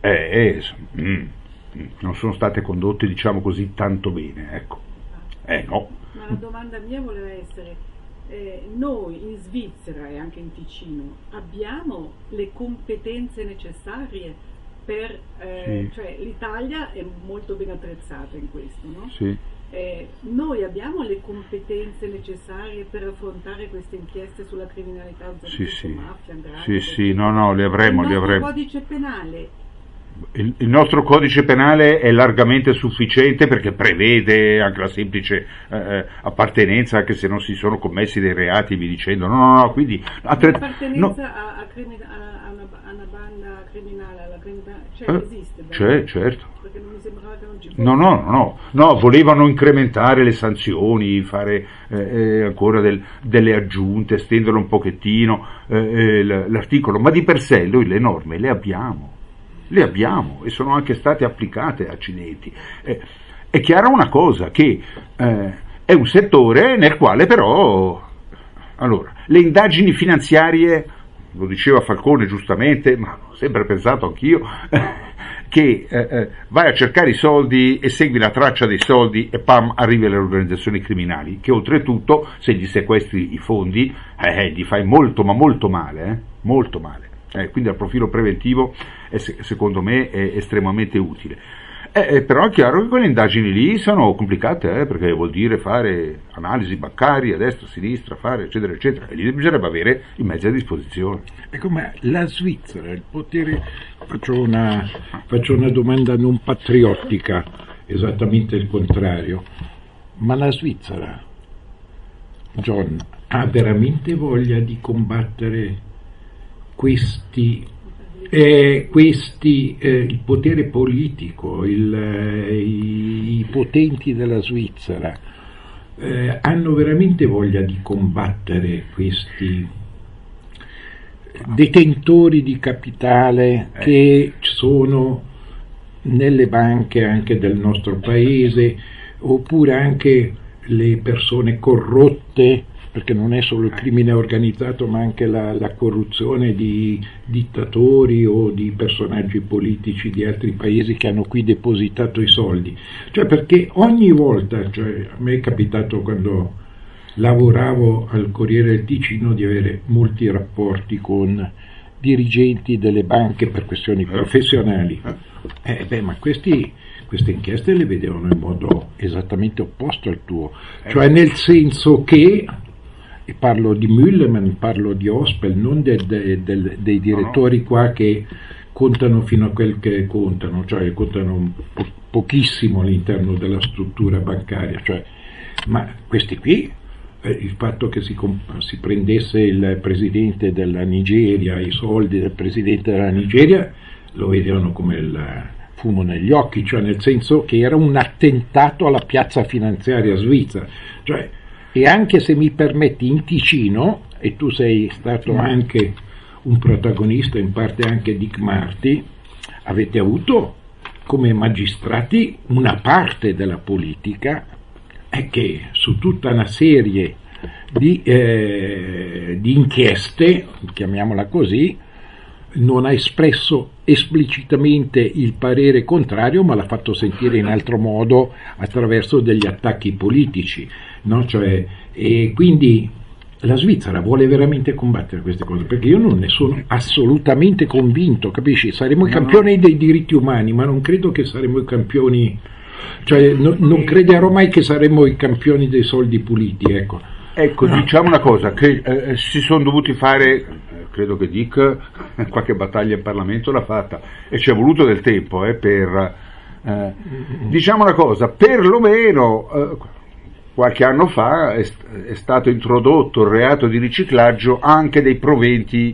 eh, eh, mm, non sono state condotte, diciamo così, tanto bene, ecco. Eh no. Ma la domanda mia voleva essere, eh, noi in Svizzera e anche in Ticino abbiamo le competenze necessarie per, eh, sì. cioè l'Italia è molto ben attrezzata in questo, no? Sì. Eh, noi abbiamo le competenze necessarie per affrontare queste inchieste sulla criminalità organizzata, sì, sì. mafia, andrangheta, sì, sì, no, no, le avremo, il le avremo. Il codice penale. Il, il nostro codice penale è largamente sufficiente perché prevede anche la semplice eh, appartenenza, anche se non si sono commessi dei reati, vi dicendo, no, no, no, quindi attre- l'appartenenza no. a, a, crimi- a, a, una, a una banda criminale, alla criminalità, cioè eh, esiste? C'è, certo. Perché non mi sembrava che non ci fosse. No, no, no, no, volevano incrementare le sanzioni, fare eh, ancora del, delle aggiunte, estenderlo un pochettino eh, l'articolo, ma di per sé noi le norme le abbiamo. Le abbiamo e sono anche state applicate, accidenti. Eh, è chiara una cosa, che eh, è un settore nel quale però, allora, le indagini finanziarie, lo diceva Falcone giustamente, ma ho sempre pensato anch'io, eh, che eh, eh, vai a cercare i soldi e segui la traccia dei soldi e pam, arrivi alle organizzazioni criminali, che oltretutto, se gli sequestri i fondi, eh, gli fai molto ma molto male, eh, molto male. Eh, quindi al profilo preventivo è, secondo me è estremamente utile. Eh, eh, però è chiaro che quelle indagini lì sono complicate, eh, perché vuol dire fare analisi bancarie a destra, a sinistra, fare eccetera eccetera, e lì bisognerebbe avere i mezzi a disposizione. Ecco, ma la Svizzera, il potere, faccio una, faccio una domanda non patriottica, esattamente il contrario, ma la Svizzera, John, ha veramente voglia di combattere questi, eh, questi eh, il potere politico, il, eh, i, i potenti della Svizzera eh, hanno veramente voglia di combattere questi detentori di capitale che sono nelle banche anche del nostro paese, oppure anche le persone corrotte, perché non è solo il crimine organizzato ma anche la, la corruzione di dittatori o di personaggi politici di altri paesi che hanno qui depositato i soldi. Cioè, perché ogni volta, cioè, a me è capitato quando lavoravo al Corriere del Ticino di avere molti rapporti con dirigenti delle banche per questioni professionali. Eh, beh, ma questi, queste inchieste le vedevano in modo esattamente opposto al tuo, cioè nel senso che, e parlo di Müllerman, parlo di Ospel, non de, de, de, dei direttori qua che contano fino a quel che contano, cioè contano po- pochissimo all'interno della struttura bancaria, cioè, ma questi qui, eh, il fatto che si, comp- si prendesse il presidente della Nigeria, i soldi del presidente della Nigeria, lo vedevano come il fumo negli occhi, cioè nel senso che era un attentato alla piazza finanziaria svizzera, cioè. E anche se mi permetti, in Ticino, e tu sei stato anche un protagonista, in parte anche Dick Marty, avete avuto come magistrati una parte della politica è che su tutta una serie di, eh, di inchieste, chiamiamola così, non ha espresso esplicitamente il parere contrario, ma l'ha fatto sentire in altro modo attraverso degli attacchi politici, no? Cioè, e quindi la Svizzera vuole veramente combattere queste cose, perché io non ne sono assolutamente convinto, capisci? Saremo i campioni dei diritti umani, ma non credo che saremo i campioni, cioè no, non crederò mai che saremo i campioni dei soldi puliti, ecco. Ecco, no. Diciamo una cosa, che eh, si sono dovuti fare, credo che Dick qualche battaglia in Parlamento l'ha fatta, e ci è voluto del tempo eh, per, eh, diciamo una cosa, perlomeno eh, qualche anno fa è, è stato introdotto il reato di riciclaggio anche dei proventi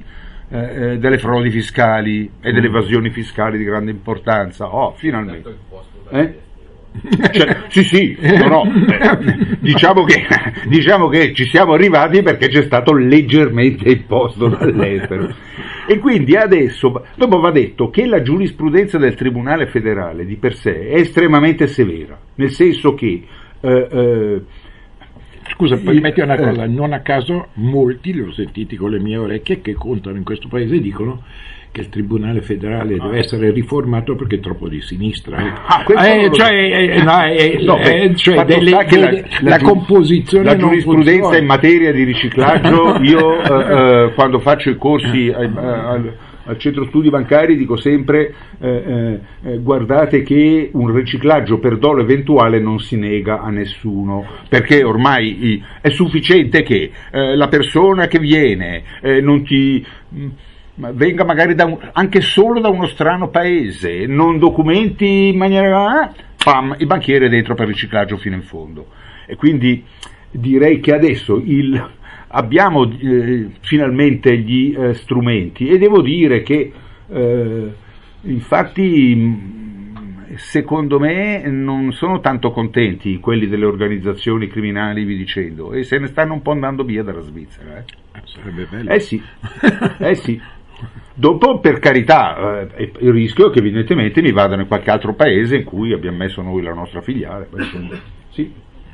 eh, delle frodi fiscali e delle evasioni fiscali di grande importanza. Oh, finalmente. Eh? Cioè, sì, sì, no, no, eh, diciamo, che, diciamo che ci siamo arrivati perché c'è stato leggermente imposto dall'estero. E quindi adesso, dopo va detto che la giurisprudenza del Tribunale federale di per sé è estremamente severa, nel senso che eh, eh, scusa, poi metti una cosa, non a caso molti, li ho sentiti con le mie orecchie, che contano in questo paese, dicono che il Tribunale federale deve essere riformato perché è troppo di sinistra. Eh. Ah, eh, cioè, eh, no, eh, no, eh, cioè delle, la, delle, la, la composizione la giurisprudenza in materia di riciclaggio, io eh, eh, quando faccio i corsi eh, al, al centro studi bancari dico sempre eh, eh, guardate che un riciclaggio per dolo eventuale non si nega a nessuno, perché ormai è sufficiente che eh, la persona che viene eh, non ti mh, venga magari da un, anche solo da uno strano paese, non documenti in maniera, pam, il banchiere è dentro per riciclaggio fino in fondo. E quindi direi che adesso il, abbiamo eh, finalmente gli eh, strumenti, e devo dire che eh, infatti secondo me non sono tanto contenti quelli delle organizzazioni criminali, vi dicendo, e se ne stanno un po' andando via dalla Svizzera. Eh. Sarebbe bello. Eh sì, eh sì. Dopo, per carità, eh, il rischio è che evidentemente mi vadano in qualche altro paese in cui abbiamo messo noi la nostra filiale. Sì.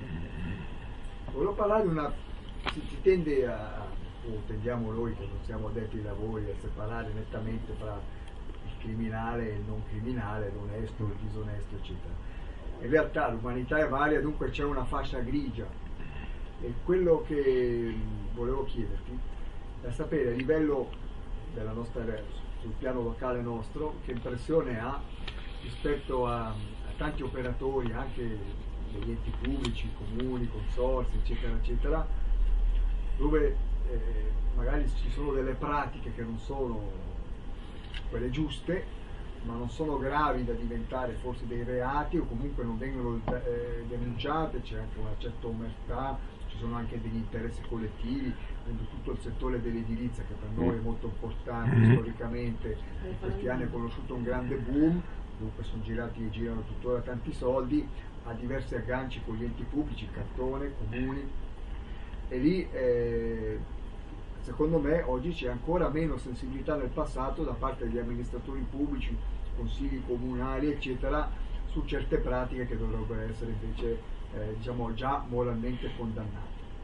Volevo parlare di una... Si, si tende a... o tendiamo noi che non siamo addetti ai lavori a separare nettamente tra il criminale e il non criminale, l'onesto, il disonesto, eccetera. In realtà l'umanità è varia, dunque c'è una fascia grigia. E quello che volevo chiederti è sapere a livello della nostra, sul piano locale nostro, che impressione ha rispetto a, a tanti operatori anche degli enti pubblici, comuni, consorzi, eccetera, eccetera, dove eh, magari ci sono delle pratiche che non sono quelle giuste, ma non sono gravi da diventare forse dei reati, o comunque non vengono eh, denunciate, c'è anche una certa omertà, ci sono anche degli interessi collettivi, tutto il settore dell'edilizia che per noi è molto importante, mm-hmm. storicamente in questi anni ha conosciuto un grande boom, dunque sono girati e girano tuttora tanti soldi, ha diversi agganci con gli enti pubblici, cantone, comuni, e lì eh, secondo me oggi c'è ancora meno sensibilità del passato da parte degli amministratori pubblici, consigli comunali eccetera, su certe pratiche che dovrebbero essere invece eh, diciamo già moralmente condannate.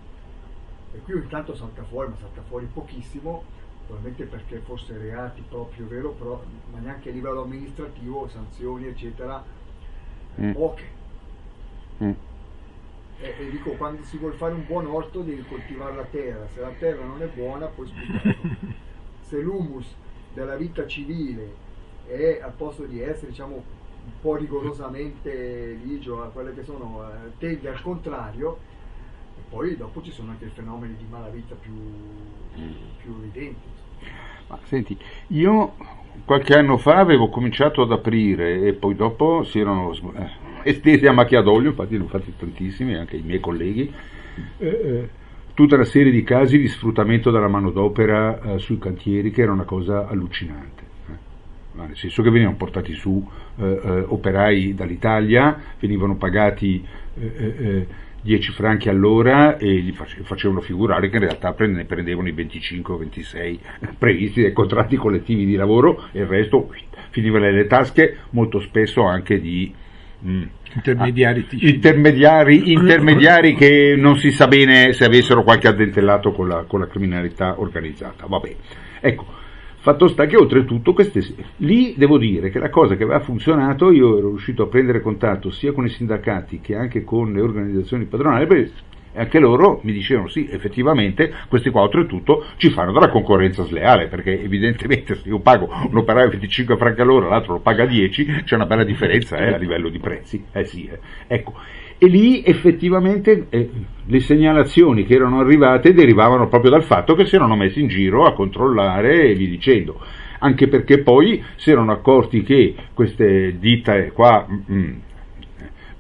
E qui intanto salta fuori, ma salta fuori pochissimo, probabilmente perché forse reati proprio vero, però, ma neanche a livello amministrativo, sanzioni eccetera, mm. poche. Mm. E, e dico, quando si vuole fare un buon orto devi coltivare la terra, se la terra non è buona puoi sputarlo. Se l'humus della vita civile è, al posto di essere diciamo un po' rigorosamente ligio a quelle che sono, eh, tende al contrario, e poi dopo ci sono anche fenomeni di malavita più, più evidenti. Ma senti, io qualche anno fa avevo cominciato ad aprire e poi dopo si erano eh, estesi a macchia d'olio, infatti ne ho fatti tantissimi, anche i miei colleghi, eh, eh, tutta una serie di casi di sfruttamento della manodopera eh, sui cantieri, che era una cosa allucinante. Nel senso che venivano portati su eh, eh, operai dall'Italia, venivano pagati eh, eh, dieci franchi all'ora e gli facevano figurare che in realtà ne prendevano i venticinque o ventisei previsti dai contratti collettivi di lavoro, e il resto finiva nelle tasche molto spesso anche di mh, intermediari, ah, intermediari, intermediari che non si sa bene se avessero qualche addentellato con la, con la criminalità organizzata. Vabbè, ecco. Fatto sta che oltretutto queste, lì devo dire che la cosa che aveva funzionato, io ero riuscito a prendere contatto sia con i sindacati che anche con le organizzazioni padronali, perché anche loro mi dicevano sì, effettivamente questi qua oltretutto ci fanno della concorrenza sleale, perché evidentemente se io pago un operaio venticinque franchi all'ora, l'altro lo paga dieci, c'è una bella differenza eh, a livello di prezzi. Eh sì, eh. Ecco. E lì effettivamente eh, le segnalazioni che erano arrivate derivavano proprio dal fatto che si erano messi in giro a controllare e via dicendo, anche perché poi si erano accorti che queste ditte qua mh,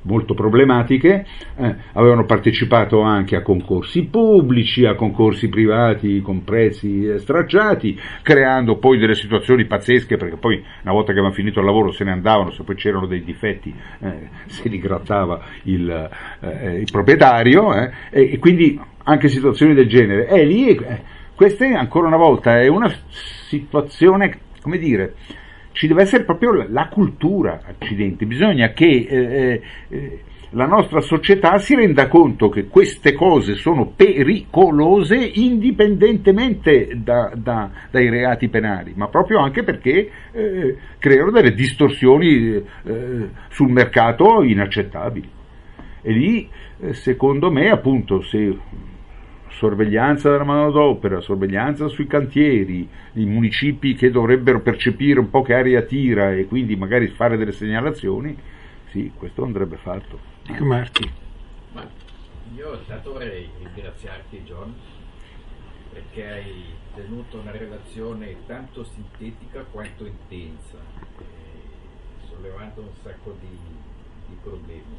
molto problematiche, eh, avevano partecipato anche a concorsi pubblici, a concorsi privati con prezzi stracciati, creando poi delle situazioni pazzesche, perché poi una volta che avevano finito il lavoro se ne andavano, se poi c'erano dei difetti eh, se li grattava il, eh, il proprietario, eh, e, e quindi anche situazioni del genere. E lì, eh, questa è, ancora una volta è una situazione, come dire, ci deve essere proprio la cultura, accidenti, bisogna che eh, eh, la nostra società si renda conto che queste cose sono pericolose indipendentemente da, da, dai reati penali, ma proprio anche perché eh, creano delle distorsioni eh, sul mercato inaccettabili. E lì, eh, secondo me, appunto, se sorveglianza della manodopera, sorveglianza sui cantieri, i municipi che dovrebbero percepire un po' che aria tira e quindi magari fare delle segnalazioni, sì, questo andrebbe fatto. Dico Marti. Ma io intanto vorrei ringraziarti, John, perché hai tenuto una relazione tanto sintetica quanto intensa, eh, sollevando un sacco di, di problemi.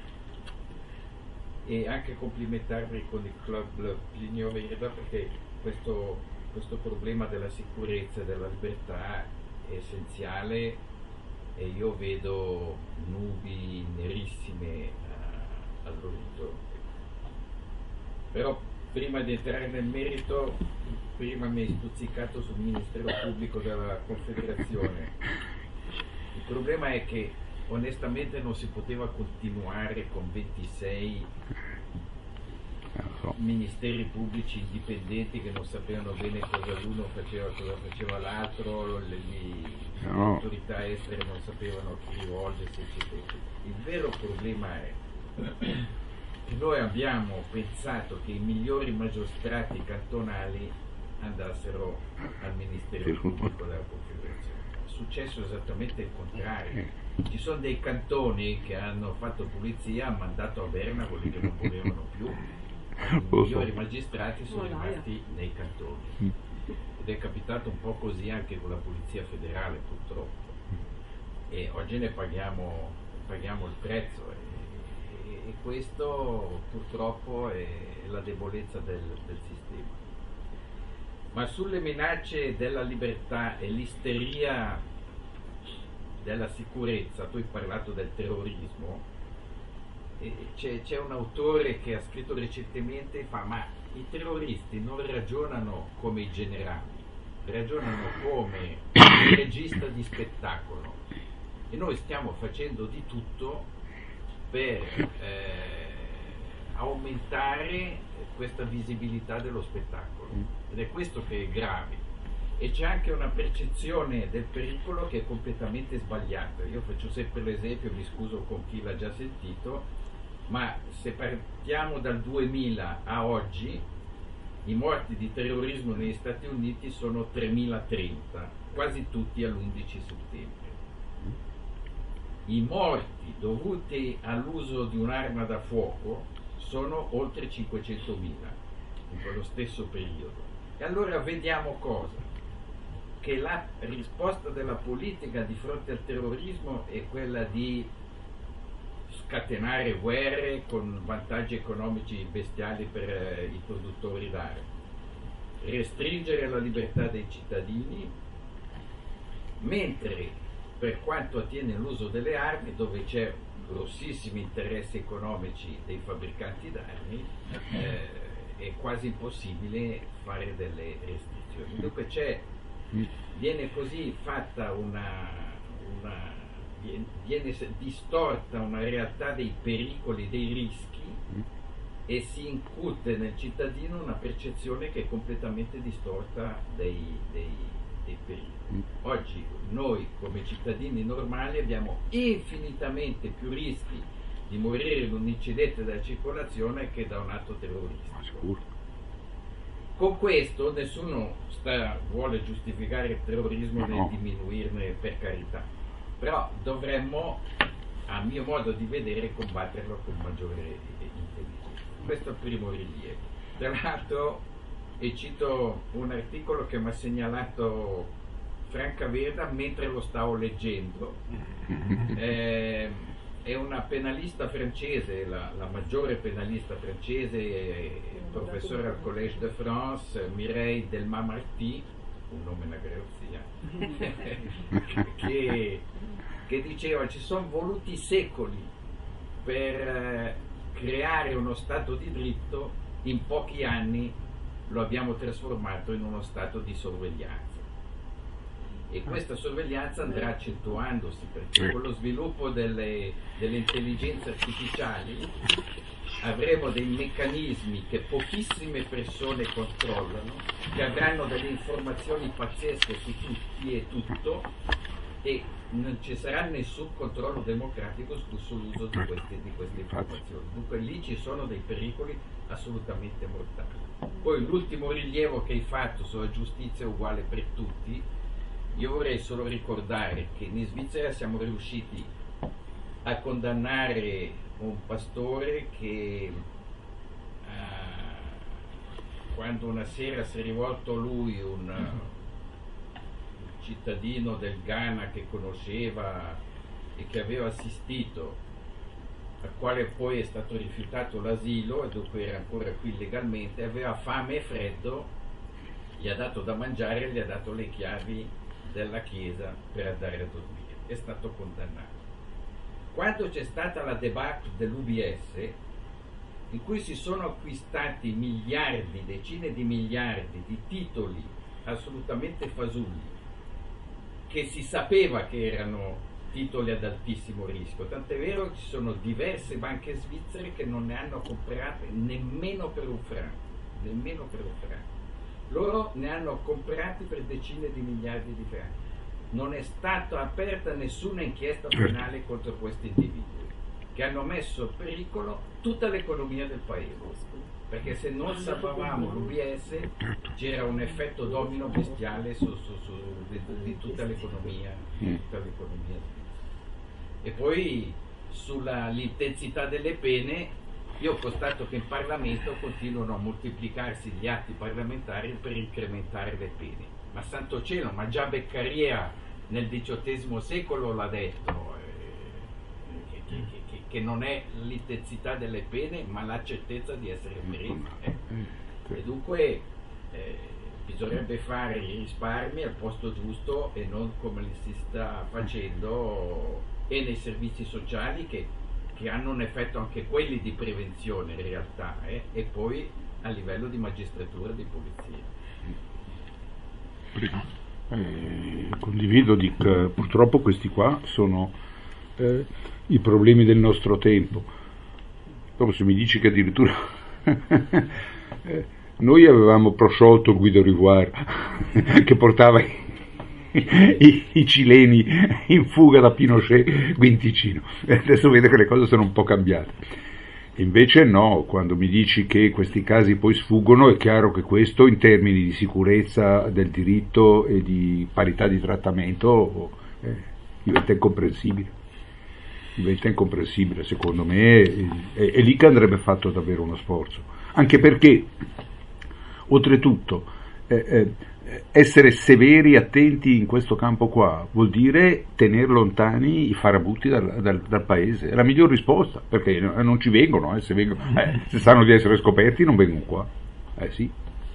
E anche complimentarmi con il club Plinio Verda, perché questo, questo problema della sicurezza e della libertà è essenziale e io vedo nubi nerissime uh, all'orizzonte. Però prima di entrare nel merito, prima mi hai stuzzicato sul Ministero Pubblico della Confederazione. Il problema è che onestamente non si poteva continuare con ventisei ministeri pubblici indipendenti che non sapevano bene cosa l'uno faceva, cosa faceva l'altro, le, le no. autorità estere non sapevano a chi rivolgersi, eccetera. Il vero problema è che noi abbiamo pensato che i migliori magistrati cantonali andassero al Ministero Pubblico della Confederazione. È successo esattamente il contrario. Ci sono dei cantoni che hanno fatto pulizia, hanno mandato a Berna quelli che non volevano più, i migliori magistrati sono rimasti nei cantoni. Ed è capitato un po' così anche con la Polizia Federale, purtroppo. E oggi ne paghiamo, paghiamo il prezzo e, e questo purtroppo è la debolezza del, del sistema. Ma sulle minacce della libertà e l'isteria della sicurezza, tu hai parlato del terrorismo, e c'è, c'è un autore che ha scritto recentemente, fa, ma i terroristi non ragionano come i generali, ragionano come un regista di spettacolo e noi stiamo facendo di tutto per eh, aumentare questa visibilità dello spettacolo ed è questo che è grave. E c'è anche una percezione del pericolo che è completamente sbagliata. Io faccio sempre l'esempio, mi scuso con chi l'ha già sentito, ma se partiamo dal duemila a oggi, i morti di terrorismo negli Stati Uniti sono tremilatrenta, quasi tutti all'undici settembre. I morti dovuti all'uso di un'arma da fuoco sono oltre cinquecentomila in quello stesso periodo. E allora vediamo cosa? Che la risposta della politica di fronte al terrorismo è quella di scatenare guerre con vantaggi economici bestiali per eh, i produttori d'armi, restringere la libertà dei cittadini, mentre per quanto attiene l'uso delle armi, dove c'è grossissimi interessi economici dei fabbricanti d'armi, eh, è quasi impossibile fare delle restrizioni. Dunque c'è viene così fatta una, una viene distorta una realtà dei pericoli, dei rischi e si incute nel cittadino una percezione che è completamente distorta dei, dei, dei pericoli. Oggi noi come cittadini normali abbiamo infinitamente più rischi di morire in un incidente della circolazione che da un atto terroristico. Con questo nessuno sta, vuole giustificare il terrorismo né diminuirne, per carità, però dovremmo, a mio modo di vedere, combatterlo con maggiore intelligenza. Questo è il primo rilievo. Tra l'altro, e cito un articolo che mi ha segnalato Franca Verda mentre lo stavo leggendo, eh, è una penalista francese, la, la maggiore penalista francese, eh, professore al Collège de France, Mireille Delmas-Marty, un nome una grazia, che, che diceva ci sono voluti secoli per eh, creare uno Stato di diritto, in pochi anni lo abbiamo trasformato in uno Stato di sorveglianza. E questa sorveglianza andrà accentuandosi, perché con lo sviluppo delle, delle intelligenze artificiali avremo dei meccanismi che pochissime persone controllano, che avranno delle informazioni pazzesche su tutti e tutto, e non ci sarà nessun controllo democratico sull'uso di queste, di queste informazioni. Dunque lì ci sono dei pericoli assolutamente mortali. Poi l'ultimo rilievo che hai fatto sulla giustizia uguale per tutti, io vorrei solo ricordare che in Svizzera siamo riusciti a condannare un pastore che uh, quando una sera si è rivolto a lui un, uh, un cittadino del Ghana che conosceva e che aveva assistito, al quale poi è stato rifiutato l'asilo e dopo era ancora qui legalmente, aveva fame e freddo, gli ha dato da mangiare e gli ha dato le chiavi della chiesa per andare a dormire, è stato condannato. Quando c'è stata la debacle dell'U B S, in cui si sono acquistati miliardi, decine di miliardi di titoli assolutamente fasulli, che si sapeva che erano titoli ad altissimo rischio, tant'è vero che ci sono diverse banche svizzere che non ne hanno comprate nemmeno per un franco, nemmeno per un franco. Loro ne hanno comprati per decine di miliardi di franchi. Non è stata aperta nessuna inchiesta penale contro questi individui, che hanno messo a pericolo tutta l'economia del paese. Perché se non salvavamo l'U B S c'era un effetto domino bestiale su, su, su, di, di tutta l'economia, di tutta l'economia. E poi sull'intensità delle pene, io ho constato che in Parlamento continuano a moltiplicarsi gli atti parlamentari per incrementare le pene. Ma santo cielo, ma già Beccaria nel diciottesimo secolo l'ha detto, eh, che, che, che, che non è l'intensità delle pene, ma la certezza di essere feriti. Eh. E dunque eh, bisognerebbe fare i risparmi al posto giusto e non come li si sta facendo e nei servizi sociali che che hanno un effetto anche quelli di prevenzione in realtà, eh? E poi a livello di magistratura e di polizia. Eh, condivido, Dick, purtroppo questi qua sono eh, i problemi del nostro tempo. Dopo se mi dici che addirittura eh, noi avevamo prosciolto Guido Rivoire che portava I, i cileni in fuga da Pinochet Guinticino, e adesso vedo che le cose sono un po' cambiate. Invece no, quando mi dici che questi casi poi sfuggono, è chiaro che questo in termini di sicurezza del diritto e di parità di trattamento eh, diventa incomprensibile diventa incomprensibile secondo me, è, è lì che andrebbe fatto davvero uno sforzo, anche perché oltretutto eh, eh, essere severi, attenti in questo campo qua vuol dire tenere lontani i farabutti dal, dal, dal paese. È la miglior risposta, perché non ci vengono, eh, se, vengono eh, se sanno di essere scoperti non vengono qua. Eh sì.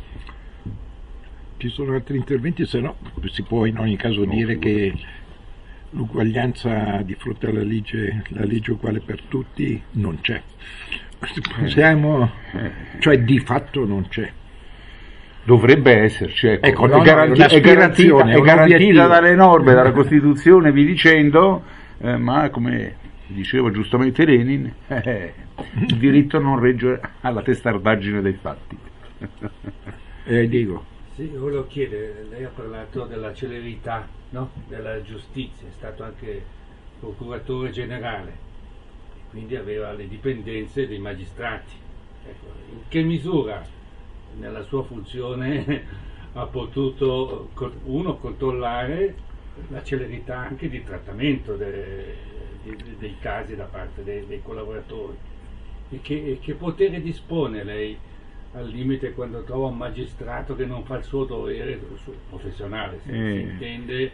Ci sono altri interventi, se no si può in ogni caso no, dire che l'uguaglianza di fronte alla legge, la legge uguale per tutti non c'è. Possiamo, cioè di fatto non c'è. Dovrebbe esserci, ecco, ecco è, no, garanti- è garantita, è garantita dalle norme, dalla Costituzione, vi dicendo, eh, ma come diceva giustamente Lenin, eh, il diritto non regge alla testardaggine dei fatti. Eh, dico. Sì, io volevo chiedere, lei ha parlato della celerità, no? Della giustizia, è stato anche procuratore generale, quindi aveva le dipendenze dei magistrati. Ecco, in che misura nella sua funzione ha potuto uno controllare la celerità anche di trattamento de, de, de, dei casi da parte dei, dei collaboratori, e che, e che potere dispone lei al limite quando trova un magistrato che non fa il suo dovere professionale, se eh. si intende,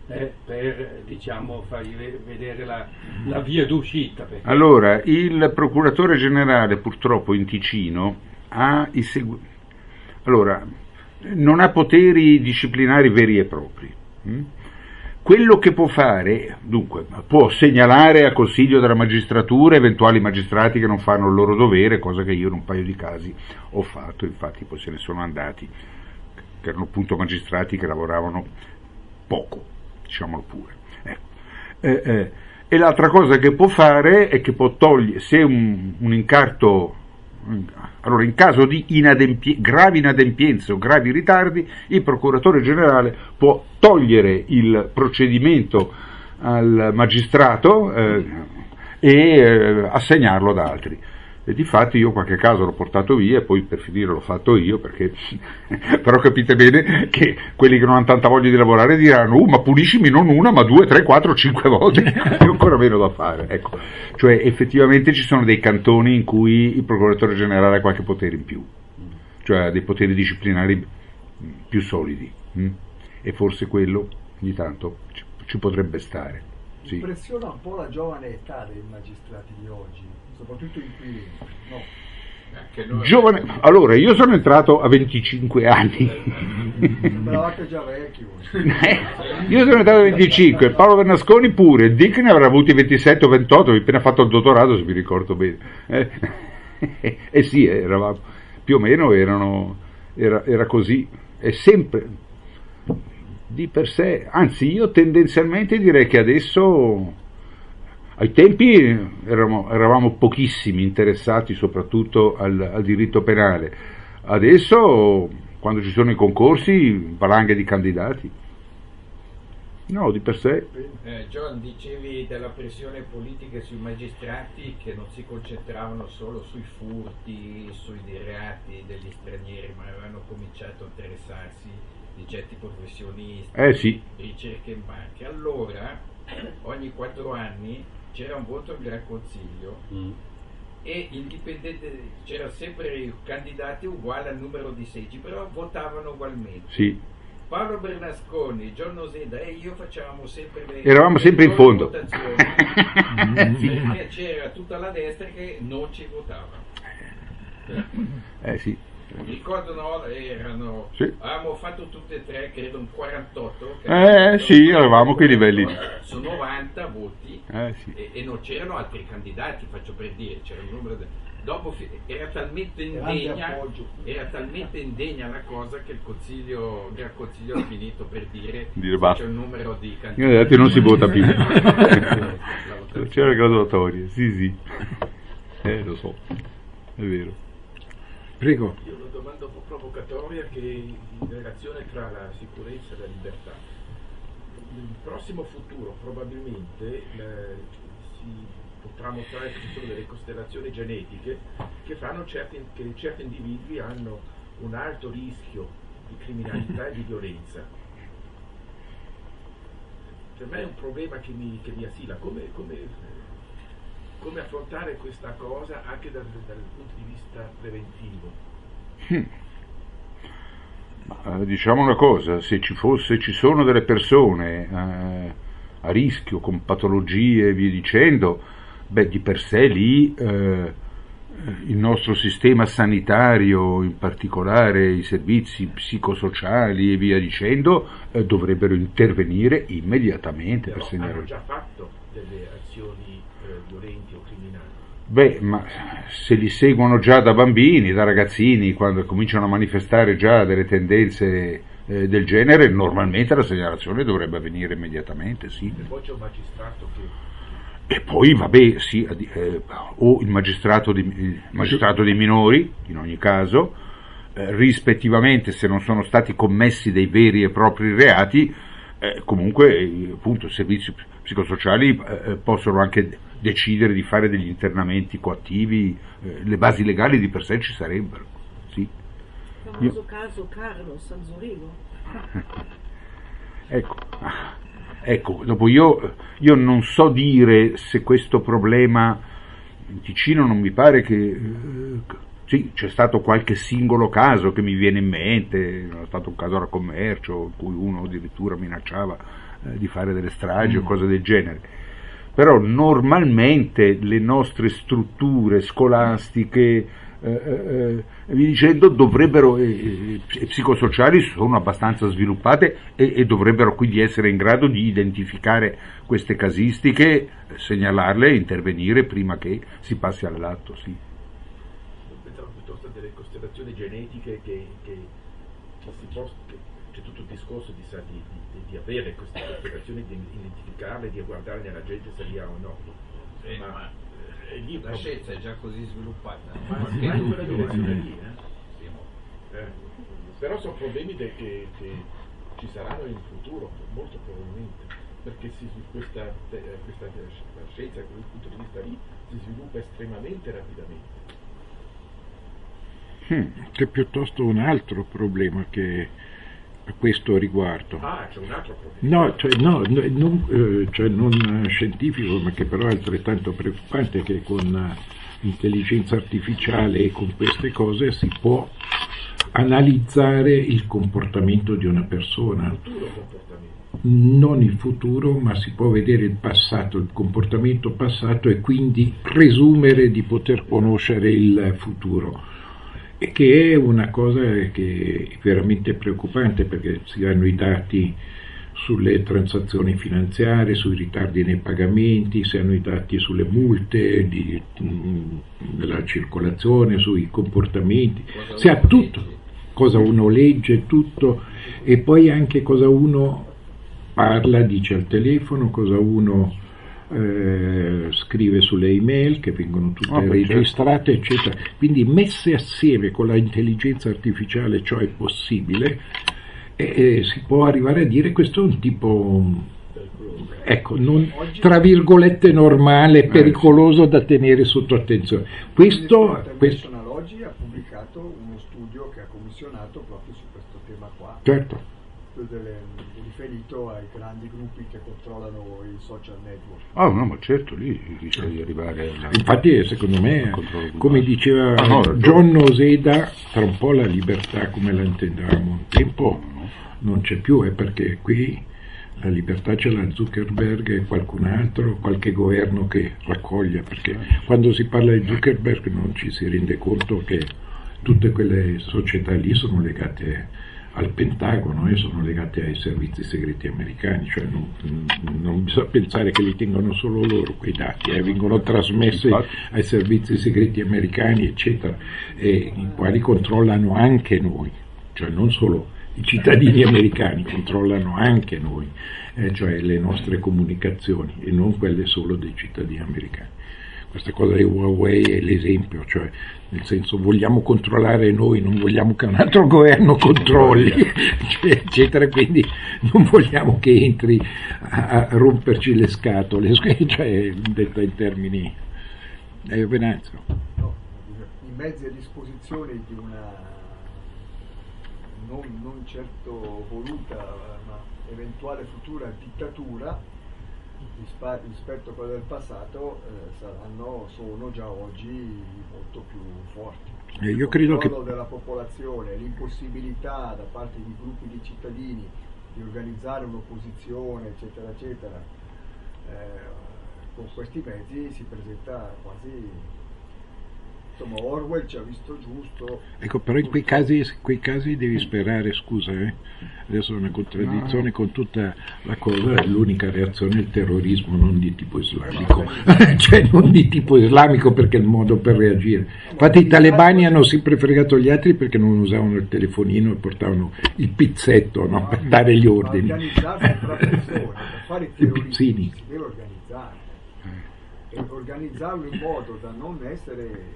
eh, per diciamo fargli vedere la, la via d'uscita. Perché... Allora, il procuratore generale purtroppo in Ticino ha i seguenti. Allora, non ha poteri disciplinari veri e propri. Hm? Quello che può fare, dunque, può segnalare a consiglio della magistratura eventuali magistrati che non fanno il loro dovere, cosa che io in un paio di casi ho fatto, infatti poi se ne sono andati, che erano appunto magistrati che lavoravano poco, diciamolo pure. Ecco. Eh, eh, e l'altra cosa che può fare è che può togliere, se un, un incarto, allora in caso di inadempie, gravi inadempienze o gravi ritardi, il procuratore generale può togliere il procedimento al magistrato eh, e eh, assegnarlo ad altri. E difatti io qualche caso l'ho portato via e poi per finire l'ho fatto io, perché però capite bene che quelli che non hanno tanta voglia di lavorare diranno uh, ma puliscimi non una ma due, tre, quattro, cinque volte, è ancora meno da fare, ecco. Cioè effettivamente ci sono dei cantoni in cui il procuratore generale ha qualche potere in più, cioè dei poteri disciplinari più solidi, hm? E forse quello ogni tanto ci, ci potrebbe stare. Sì. Impressiona un po' la giovane età dei magistrati di oggi, soprattutto in qui, no? Noi... Giovane, allora io sono entrato a venticinque anni. Sembravate già vecchio. Io sono entrato a venticinque, Paolo Bernasconi pure, Dick ne avrà avuti ventisette o ventotto, mi appena fatto il dottorato se mi ricordo bene. Eh, eh sì, eravamo, più o meno erano, era, era così, è sempre di per sé, anzi io tendenzialmente direi che adesso, ai tempi eravamo, eravamo pochissimi interessati soprattutto al, al diritto penale, adesso quando ci sono i concorsi valanghe di candidati, no di per sé. eh, John, dicevi della pressione politica sui magistrati che non si concentravano solo sui furti, sui reati degli stranieri, ma avevano cominciato a interessarsi di certi professionisti, eh sì. ricerche in banche. Allora ogni quattro anni c'era un voto al Gran Consiglio mm. e indipendente c'era sempre i candidati uguali al numero di seggi, però votavano ugualmente. Sì. Paolo Bernasconi, John Noseda e io facevamo sempre le eravamo sempre in fondo perché c'era tutta la destra che non ci votava. Eh sì. Mi ricordo no, erano sì. avevamo fatto tutte e tre, credo un quarantotto. Eh sì, avevamo quei livelli. Su novanta voti eh, sì. e, e non c'erano altri candidati, faccio per dire, c'era un numero de... dopo era talmente indegna era talmente indegna la cosa che il consiglio il consiglio ha finito per dire, dire c'è un numero di candidati non si vota più. C'era graduatoria, sì sì. Eh lo so, è vero. Prego. Io ho una domanda un po' provocatoria che in relazione tra la sicurezza e la libertà. Nel prossimo futuro probabilmente eh, si potrà mostrare che ci sono delle costellazioni genetiche che fanno certi, che certi individui hanno un alto rischio di criminalità e di violenza. Per me è un problema che mi, che mi assilla. Come, come, come affrontare questa cosa anche dal, dal punto di vista preventivo? Hmm. Ma, diciamo una cosa, se ci fosse, ci sono delle persone eh, a rischio con patologie e via dicendo, beh di per sé lì eh, il nostro sistema sanitario, in particolare i servizi psicosociali e via dicendo, eh, dovrebbero intervenire immediatamente. Però per segnalare. hanno già fatto delle azioni eh, violenti o criminali. Beh, ma se li seguono già da bambini, da ragazzini, quando cominciano a manifestare già delle tendenze eh, del genere, normalmente la segnalazione dovrebbe avvenire immediatamente, sì. E poi c'è un magistrato che... E poi, vabbè, sì, eh, o il magistrato, di, il magistrato dei minori, in ogni caso, eh, rispettivamente se non sono stati commessi dei veri e propri reati, eh, comunque, eh, appunto, i servizi psicosociali eh, possono anche decidere di fare degli internamenti coattivi, eh, le basi legali di per sé ci sarebbero, sì. Il famoso Io... caso Carlos a Zurigo. Ecco, ecco, dopo io, io non so dire se questo problema in Ticino non mi pare che, Sì, c'è stato qualche singolo caso che mi viene in mente, c'è stato un caso a commercio in cui uno addirittura minacciava eh, di fare delle stragi mm. o cose del genere, però normalmente le nostre strutture scolastiche, eh, eh, vi dicendo, dovrebbero, eh, eh, psicosociali sono abbastanza sviluppate e, e dovrebbero quindi essere in grado di identificare queste casistiche, segnalarle e intervenire prima che si passi all'atto, sì. Piuttosto delle costellazioni genetiche che, che, che si post, che c'è tutto il discorso di, di, di, di avere queste costellazioni, di identificarle, di guardare nella gente se li ha o no. Sì, ma, ma eh, lì, la scienza è già così sviluppata, ma ma si va in quella direzione lì, eh? Sì, mo. Eh. Però sono problemi de, che, che ci saranno in futuro, molto probabilmente, perché si, questa, questa la scienza da quel punto di vista lì si sviluppa estremamente rapidamente. Hmm, c'è piuttosto un altro problema che a questo riguardo. Ah, c'è un altro problema. No, cioè, no, non, eh, cioè non scientifico, ma che però è altrettanto preoccupante, che con l'intelligenza artificiale e con queste cose si può analizzare il comportamento di una persona. Il futuro comportamento. Non il futuro, ma si può vedere il passato, il comportamento passato, e quindi presumere di poter conoscere il futuro. E che è una cosa che è veramente preoccupante, perché si hanno i dati sulle transazioni finanziarie, sui ritardi nei pagamenti, si hanno i dati sulle multe, di, mh, della circolazione, sui comportamenti, si ha tutto, cosa uno legge, tutto, e poi anche cosa uno parla, dice al telefono, cosa uno Eh, scrive sulle email che vengono tutte oh, registrate, certo. eccetera. Quindi messe assieme con la intelligenza artificiale ciò è possibile, e, e si può arrivare a dire questo è un tipo, ecco, non, tra virgolette normale, pericoloso da tenere sotto attenzione. Questo, questo oggi ha pubblicato uno studio che ha commissionato proprio su questo tema qua. Certo. Delle, riferito ai grandi gruppi che controllano i social network. Ah no, ma certo, lì rischia di arrivare alla... Infatti secondo me, come diceva ah, no, John Noseda, tra un po' la libertà come la intendevamo un tempo non c'è più, è perché qui la libertà ce l'ha Zuckerberg e qualcun altro, qualche governo che raccoglie, perché quando si parla di Zuckerberg non ci si rende conto che tutte quelle società lì sono legate al Pentagono e sono legate ai servizi segreti americani, cioè non, non bisogna pensare che li tengono solo loro quei dati, eh, vengono trasmessi ai servizi segreti americani, eccetera, e i quali controllano anche noi, cioè non solo i cittadini americani, controllano anche noi, eh, cioè le nostre comunicazioni, e non quelle solo dei cittadini americani. Questa cosa di Huawei è l'esempio, cioè nel senso vogliamo controllare noi, non vogliamo che un altro governo controlli, cioè, eccetera, quindi non vogliamo che entri a, a romperci le scatole, cioè detta in termini eh, Venanzio. No, i mezzi a disposizione di una non, non certo voluta ma eventuale futura dittatura rispetto a quello del passato eh, saranno, sono già oggi molto più forti. Eh, io credo che... Il controllo della popolazione, l'impossibilità da parte di gruppi di cittadini di organizzare un'opposizione, eccetera, eccetera, eh, con questi mezzi si presenta quasi... Insomma, Orwell ci ha visto giusto. Ecco, però in quei casi, quei casi devi sperare, scusa, eh? Adesso è una contraddizione con tutta la cosa, l'unica reazione è il terrorismo, non di tipo islamico, cioè non di tipo islamico perché è il modo per reagire. Infatti i talebani hanno sempre fregato gli altri perché non usavano il telefonino e portavano il pizzetto, no? Per dare gli ordini. Ma organizzarsi tra persone, per fare i terroristi si deve organizzare, e organizzarlo in modo da non essere...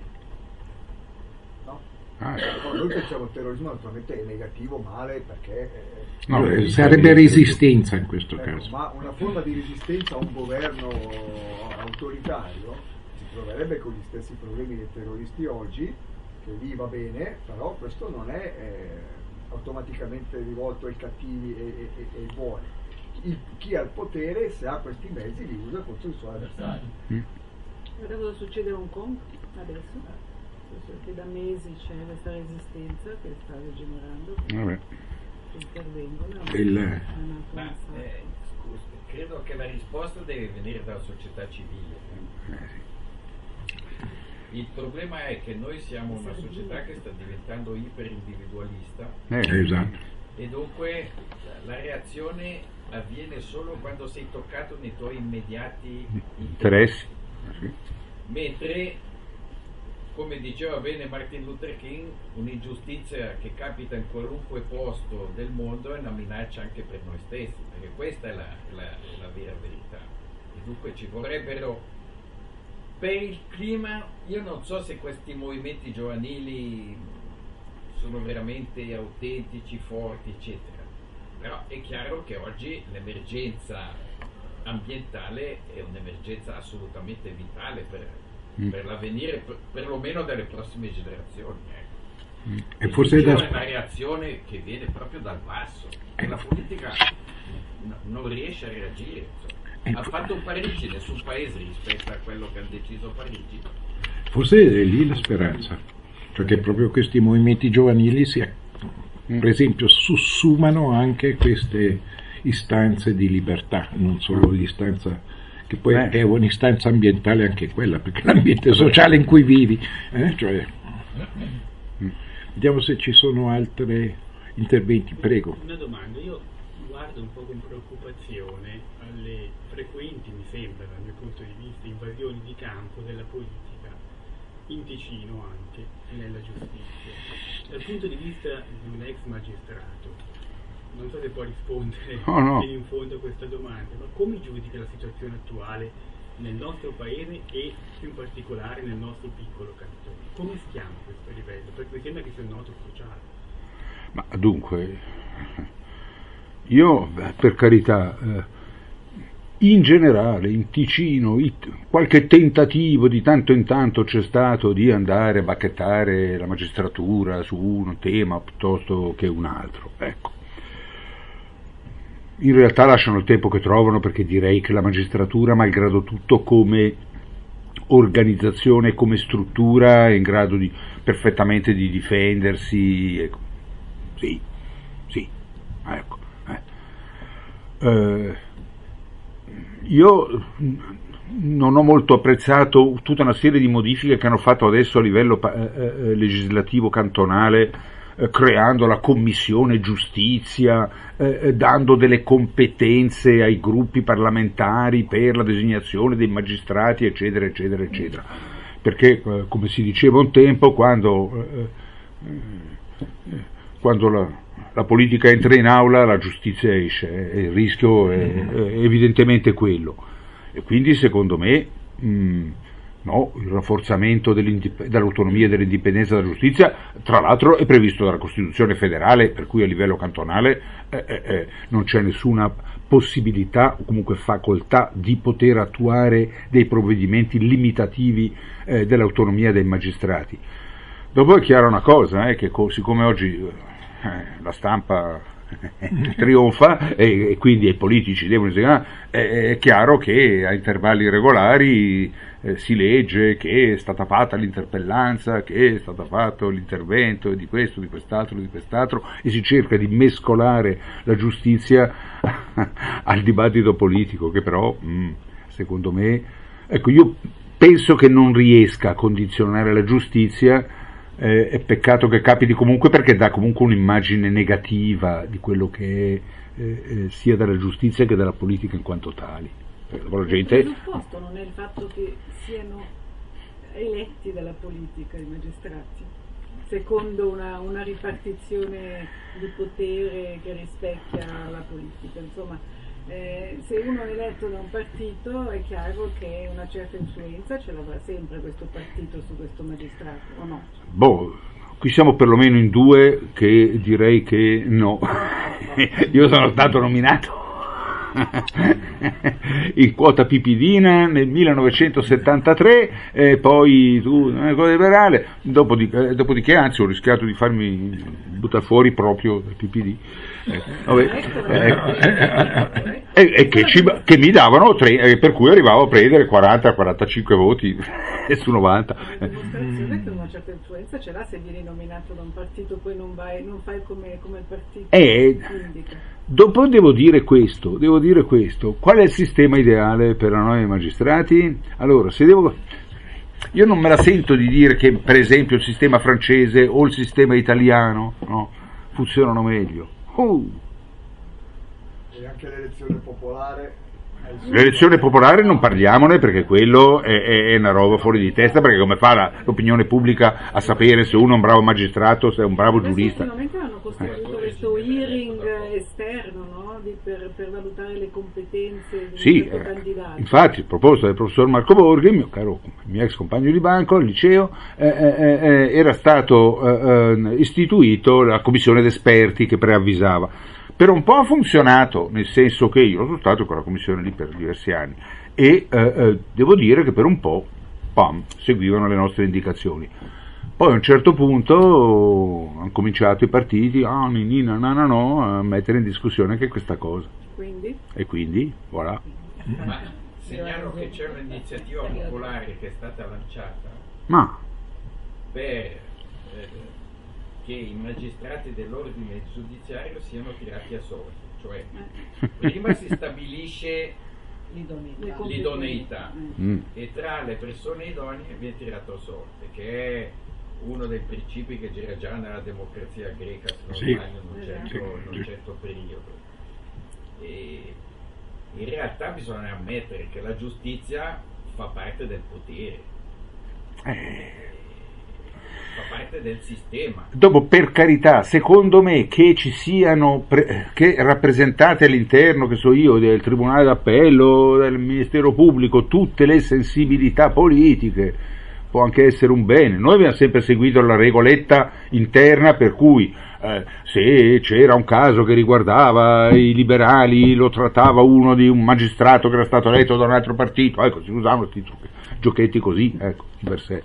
Ah, no, noi pensiamo al terrorismo naturalmente è negativo, male, perché eh, no, eh, sarebbe resistenza in questo ecco, caso, ma una forma di resistenza a un governo autoritario si troverebbe con gli stessi problemi dei terroristi oggi, che lì va bene, però questo non è eh, automaticamente rivolto ai cattivi e, e, e, e ai buoni. Il, chi ha il potere, se ha questi mezzi, li usa contro i suoi avversari. mm. Guarda cosa succede a Hong Kong adesso. Perché da mesi c'è questa resistenza che sta degenerando, Vabbè. che intervengono. Il- è un altro Ma messaggio. eh, scusi, credo che la risposta deve venire dalla società civile. Eh, sì. Il problema è che noi siamo una società che sta diventando iperindividualista Eh, Esatto. e dunque la reazione avviene solo quando sei toccato nei tuoi immediati interessi. Sì. mentre, come diceva bene Martin Luther King, un'ingiustizia che capita in qualunque posto del mondo è una minaccia anche per noi stessi, perché questa è la, la, la vera verità. E dunque ci vorrebbero, per il clima, io non so se questi movimenti giovanili sono veramente autentici, forti, eccetera, però è chiaro che oggi l'emergenza ambientale è un'emergenza assolutamente vitale per, Mm. per l'avvenire, per, perlomeno delle prossime generazioni. Ecco. E forse da... È una reazione che viene proprio dal basso e la politica no, non riesce a reagire. Insomma. Ha fatto Parigi, nessun paese rispetto a quello che ha deciso Parigi. Forse è lì la speranza, cioè che proprio questi movimenti giovanili si, per esempio, sussumano anche queste istanze di libertà, non solo l'istanza, che poi Beh. è un'istanza ambientale anche quella, perché l'ambiente sociale in cui vivi, eh, cioè, vediamo se ci sono altri interventi, prego. Una domanda, io guardo un po' con preoccupazione alle frequenti, mi sembra dal mio punto di vista, invasioni di campo della politica, in Ticino anche, nella giustizia. Dal punto di vista di un ex magistrato, non so se può rispondere Oh, no. fino in fondo a questa domanda, ma come giudica la situazione attuale nel nostro paese e più in particolare nel nostro piccolo cantone? Come stiamo a questo livello? Perché mi sembra che sia un noto cruciale. Ma dunque, io per carità, eh, in generale in Ticino it, qualche tentativo di tanto in tanto c'è stato di andare a bacchettare la magistratura su un tema piuttosto che un altro, ecco. In realtà lasciano il tempo che trovano, perché direi che la magistratura, malgrado tutto, come organizzazione, come struttura, è in grado di, perfettamente di difendersi. Ecco. Sì, sì, ecco. Eh. Eh, io non ho molto apprezzato tutta una serie di modifiche che hanno fatto adesso a livello eh, legislativo cantonale, creando la commissione giustizia, eh, dando delle competenze ai gruppi parlamentari per la designazione dei magistrati, eccetera, eccetera, eccetera. Perché, eh, come si diceva un tempo, quando, eh, eh, quando la, la politica entra in aula, la giustizia esce, e il rischio è, è evidentemente quello. E quindi, secondo me, mh, no, il rafforzamento dell'autonomia e dell'indipendenza della giustizia, tra l'altro, è previsto dalla Costituzione federale, per cui a livello cantonale eh, eh, non c'è nessuna possibilità o comunque facoltà di poter attuare dei provvedimenti limitativi eh, dell'autonomia dei magistrati. Dopo è chiara una cosa, eh, che co- siccome oggi eh, la stampa trionfa e, e quindi i politici devono insegnare, è, è chiaro che a intervalli regolari eh, si legge che è stata fatta l'interpellanza, che è stato fatto l'intervento di questo, di quest'altro, di quest'altro, e si cerca di mescolare la giustizia al dibattito politico, che però mh, secondo me, ecco, io penso che non riesca a condizionare la giustizia. Eh, è peccato che capiti comunque, perché dà comunque un'immagine negativa di quello che è eh, eh, sia della giustizia che della politica in quanto tali. Eh, la gente... Il presupposto non è il fatto che siano eletti dalla politica i magistrati, secondo una, una ripartizione di potere che rispecchia la politica, insomma. Eh, se uno è eletto da un partito è chiaro che una certa influenza ce l'avrà sempre questo partito su questo magistrato, o no? Boh, qui siamo perlomeno in due che direi che no. Io sono stato nominato in quota pipidina nel millenovecentosettantatré, e poi tu, eh, cosa liberale, dopodiché, dopodiché anzi ho rischiato di farmi buttare fuori proprio dal P P D. Eh, vabbè, eh, eh, eh, che, ci, che mi davano tre, eh, per cui arrivavo a prendere quaranta quarantacinque voti su novanta. La dimostrazione che una certa influenza ce l'ha se vieni nominato da un partito, poi non, vai, non fai come, come il partito eh, indica. Dopo devo dire questo, devo dire questo, qual è il sistema ideale per la noi magistrati? Allora, se devo... Io non me la sento di dire che per esempio il sistema francese o il sistema italiano, no, funzionano meglio. Uh. E anche l'elezione popolare. L'elezione popolare non parliamone, perché quello è, è una roba fuori di testa, perché come fa la, l'opinione pubblica a sapere se uno è un bravo magistrato, se è un bravo giurista? Ultimamente hanno costituito eh. questo hearing esterno, no? Di, per, per valutare le competenze di sì, questo candidato. Infatti, proposta del professor Marco Borghi, mio caro mio ex compagno di banco al liceo, eh, eh, eh, era stato eh, istituito la commissione d'esperti che preavvisava. Per un po' ha funzionato, nel senso che io sono stato con la commissione lì per diversi anni e eh, eh, devo dire che per un po' pam, seguivano le nostre indicazioni. Poi a un certo punto hanno cominciato i partiti ah, nini, no, no, no, a mettere in discussione anche questa cosa. Quindi? E quindi, voilà. Ma segnalo che c'è un'iniziativa popolare che è stata lanciata Ma. per... Eh, che i magistrati dell'ordine giudiziario siano tirati a sorte, cioè prima si stabilisce l'idoneità, l'idoneità mm. e tra le persone idonee viene tirato a sorte, che è uno dei principi che gira già nella democrazia greca, se non sì. sbaglio, in un certo, in un certo periodo. E in realtà bisogna ammettere che la giustizia fa parte del potere. Eh. Fa parte del sistema. Dopo, per carità, secondo me che ci siano pre- che rappresentate all'interno, che so io, del Tribunale d'Appello, del Ministero Pubblico, tutte le sensibilità politiche, può anche essere un bene. Noi abbiamo sempre seguito la regoletta interna per cui eh, se c'era un caso che riguardava i liberali, lo trattava uno di un magistrato che era stato eletto da un altro partito, ecco, si usavano questi giochetti così, ecco, di per sé.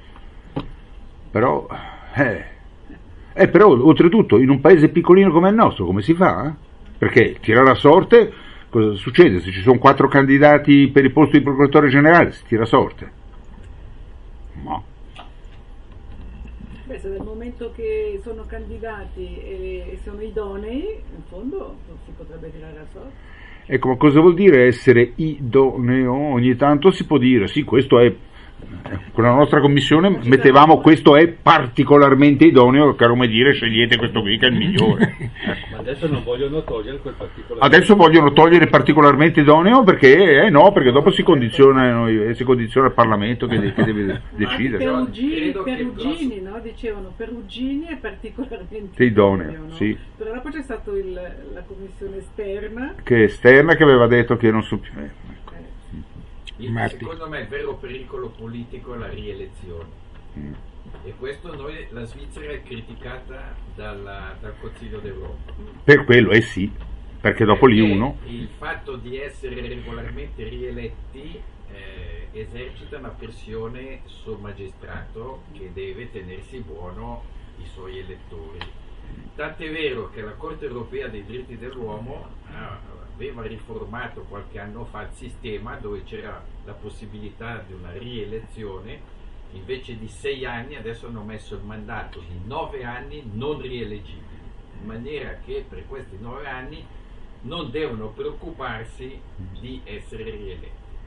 Però, eh, eh, però, oltretutto, in un paese piccolino come il nostro, come si fa? Eh? Perché tirare a sorte, cosa succede? Se ci sono quattro candidati per il posto di procuratore generale, si tira a sorte? No. Beh, se dal momento che sono candidati e sono idonei, in fondo si potrebbe tirare a sorte. Ecco, ma cosa vuol dire essere idoneo? Ogni tanto si può dire, sì, questo è... Con la nostra commissione mettevamo questo è particolarmente idoneo, che come dire scegliete questo qui che è il migliore. Ecco. Ma adesso non vogliono togliere quel particolare. Adesso vogliono togliere particolarmente idoneo perché eh, no, perché dopo si condiziona, si condiziona il Parlamento che, de- che deve decidere. Perugini, Perugini no? Dicevano Perugini è particolarmente idoneo, idoneo no? Sì. Però dopo c'è stata la commissione esterna che esterna che aveva detto che non so più. Eh. Il, secondo me il vero pericolo politico è la rielezione mm. e questo noi, la Svizzera è criticata dalla, dal Consiglio d'Europa per quello, eh sì, perché dopo perché lì uno il fatto di essere regolarmente rieletti eh, esercita una pressione sul magistrato che deve tenersi buono i suoi elettori, tant'è vero che la Corte Europea dei Diritti dell'Uomo ah, aveva riformato qualche anno fa il sistema dove c'era la possibilità di una rielezione, invece di sei anni adesso hanno messo il mandato di nove anni non rieleggibili, in maniera che per questi nove anni non devono preoccuparsi di essere rieletti.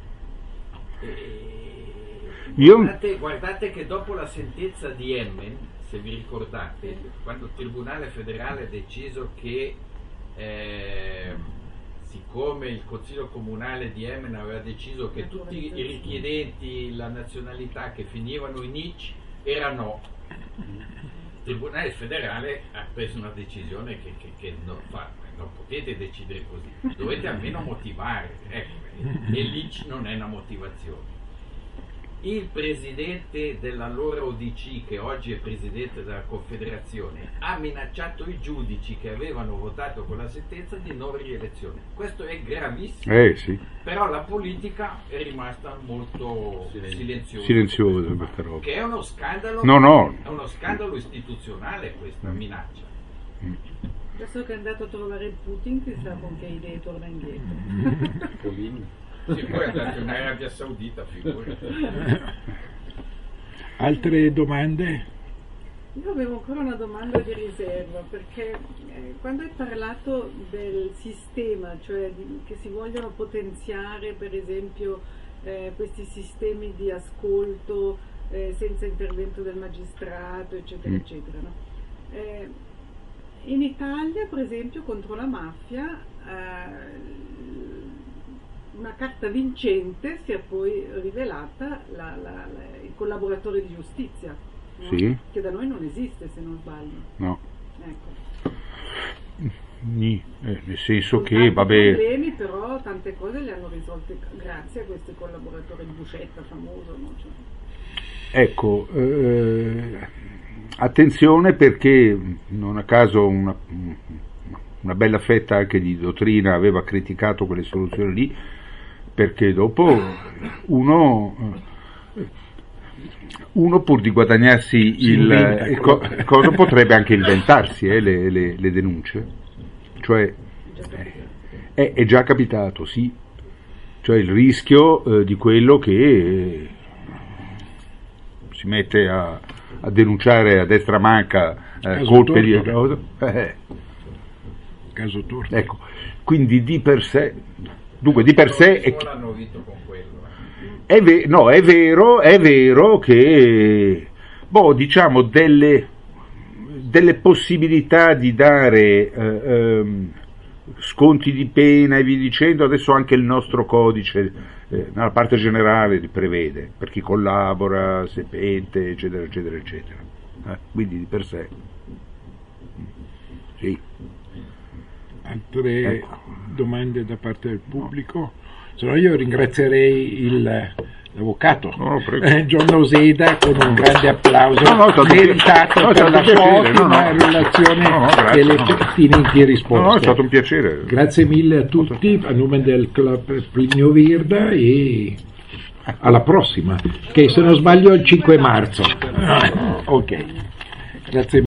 E Io... guardate, guardate che dopo la sentenza di Emmen, se vi ricordate, quando il Tribunale federale ha deciso che eh, siccome il Consiglio Comunale di Emmen aveva deciso che tutti i richiedenti la nazionalità che finivano in I C erano, il Tribunale federale ha preso una decisione che, che, che non, fa, non potete decidere così, dovete almeno motivare, ecco, e l'I C non è una motivazione. il presidente dell'allora O D C, che oggi è presidente della Confederazione, ha minacciato i giudici che avevano votato con la sentenza di non rielezione. Questo è gravissimo. Eh, sì. Però la politica è rimasta molto silenziosa, silenziosa per questa roba. che è uno scandalo, No, no. è uno scandalo istituzionale questa minaccia. Adesso che è andato a trovare il Putin, chissà con che idee torna indietro. Sì, poi è andato in Arabia Saudita, figurati. Altre domande? Io avevo ancora una domanda di riserva, perché eh, quando hai parlato del sistema, cioè di, che si vogliono potenziare per esempio eh, questi sistemi di ascolto eh, senza intervento del magistrato, eccetera, Mm. eccetera, no? Eh, in Italia, per esempio, contro la mafia, eh, una carta vincente si è poi rivelata la, la, la, il collaboratore di giustizia, no? Sì. Che da noi non esiste, se non sbaglio. No. Ecco. Ni, eh, nel senso Con che, tanti vabbè, problemi, però tante cose le hanno risolte grazie a questi collaboratori, il Buscetta famoso, no? Cioè, ecco, eh, attenzione, perché non a caso una, una bella fetta anche di dottrina aveva criticato quelle soluzioni lì, perché dopo uno, uno pur di guadagnarsi il, inventa il co- cosa potrebbe anche inventarsi eh, le, le, le denunce, cioè è, è già capitato, sì, cioè il rischio eh, di quello che eh, si mette a, a denunciare a destra manca eh, Caso colpe di Tortora. eh, Caso Tortora. ecco, quindi di per sé, dunque di per sé è, Non hanno vinto con quello. è, ve- no, è vero, è vero che boh, diciamo delle, delle possibilità di dare eh, ehm, sconti di pena e via dicendo, adesso anche il nostro codice eh, nella parte generale li prevede per chi collabora, se pente, eccetera, eccetera, eccetera. Eh, quindi di per sé sì. Altre Ecco. domande da parte del pubblico? Se no io ringrazierei il, l'avvocato No, no, prego. eh, John Oseda con un grande applauso No, no, è stato un meritato piacere. No, è per stato la un sua piacere, no, ottima no. relazione No, no, grazie, delle no, no. pertinenti risposte. No, no, è stato un piacere. Grazie mille a tutti a nome del Club Plinio Virda e alla prossima, che se non sbaglio è il cinque marzo. Ok, grazie.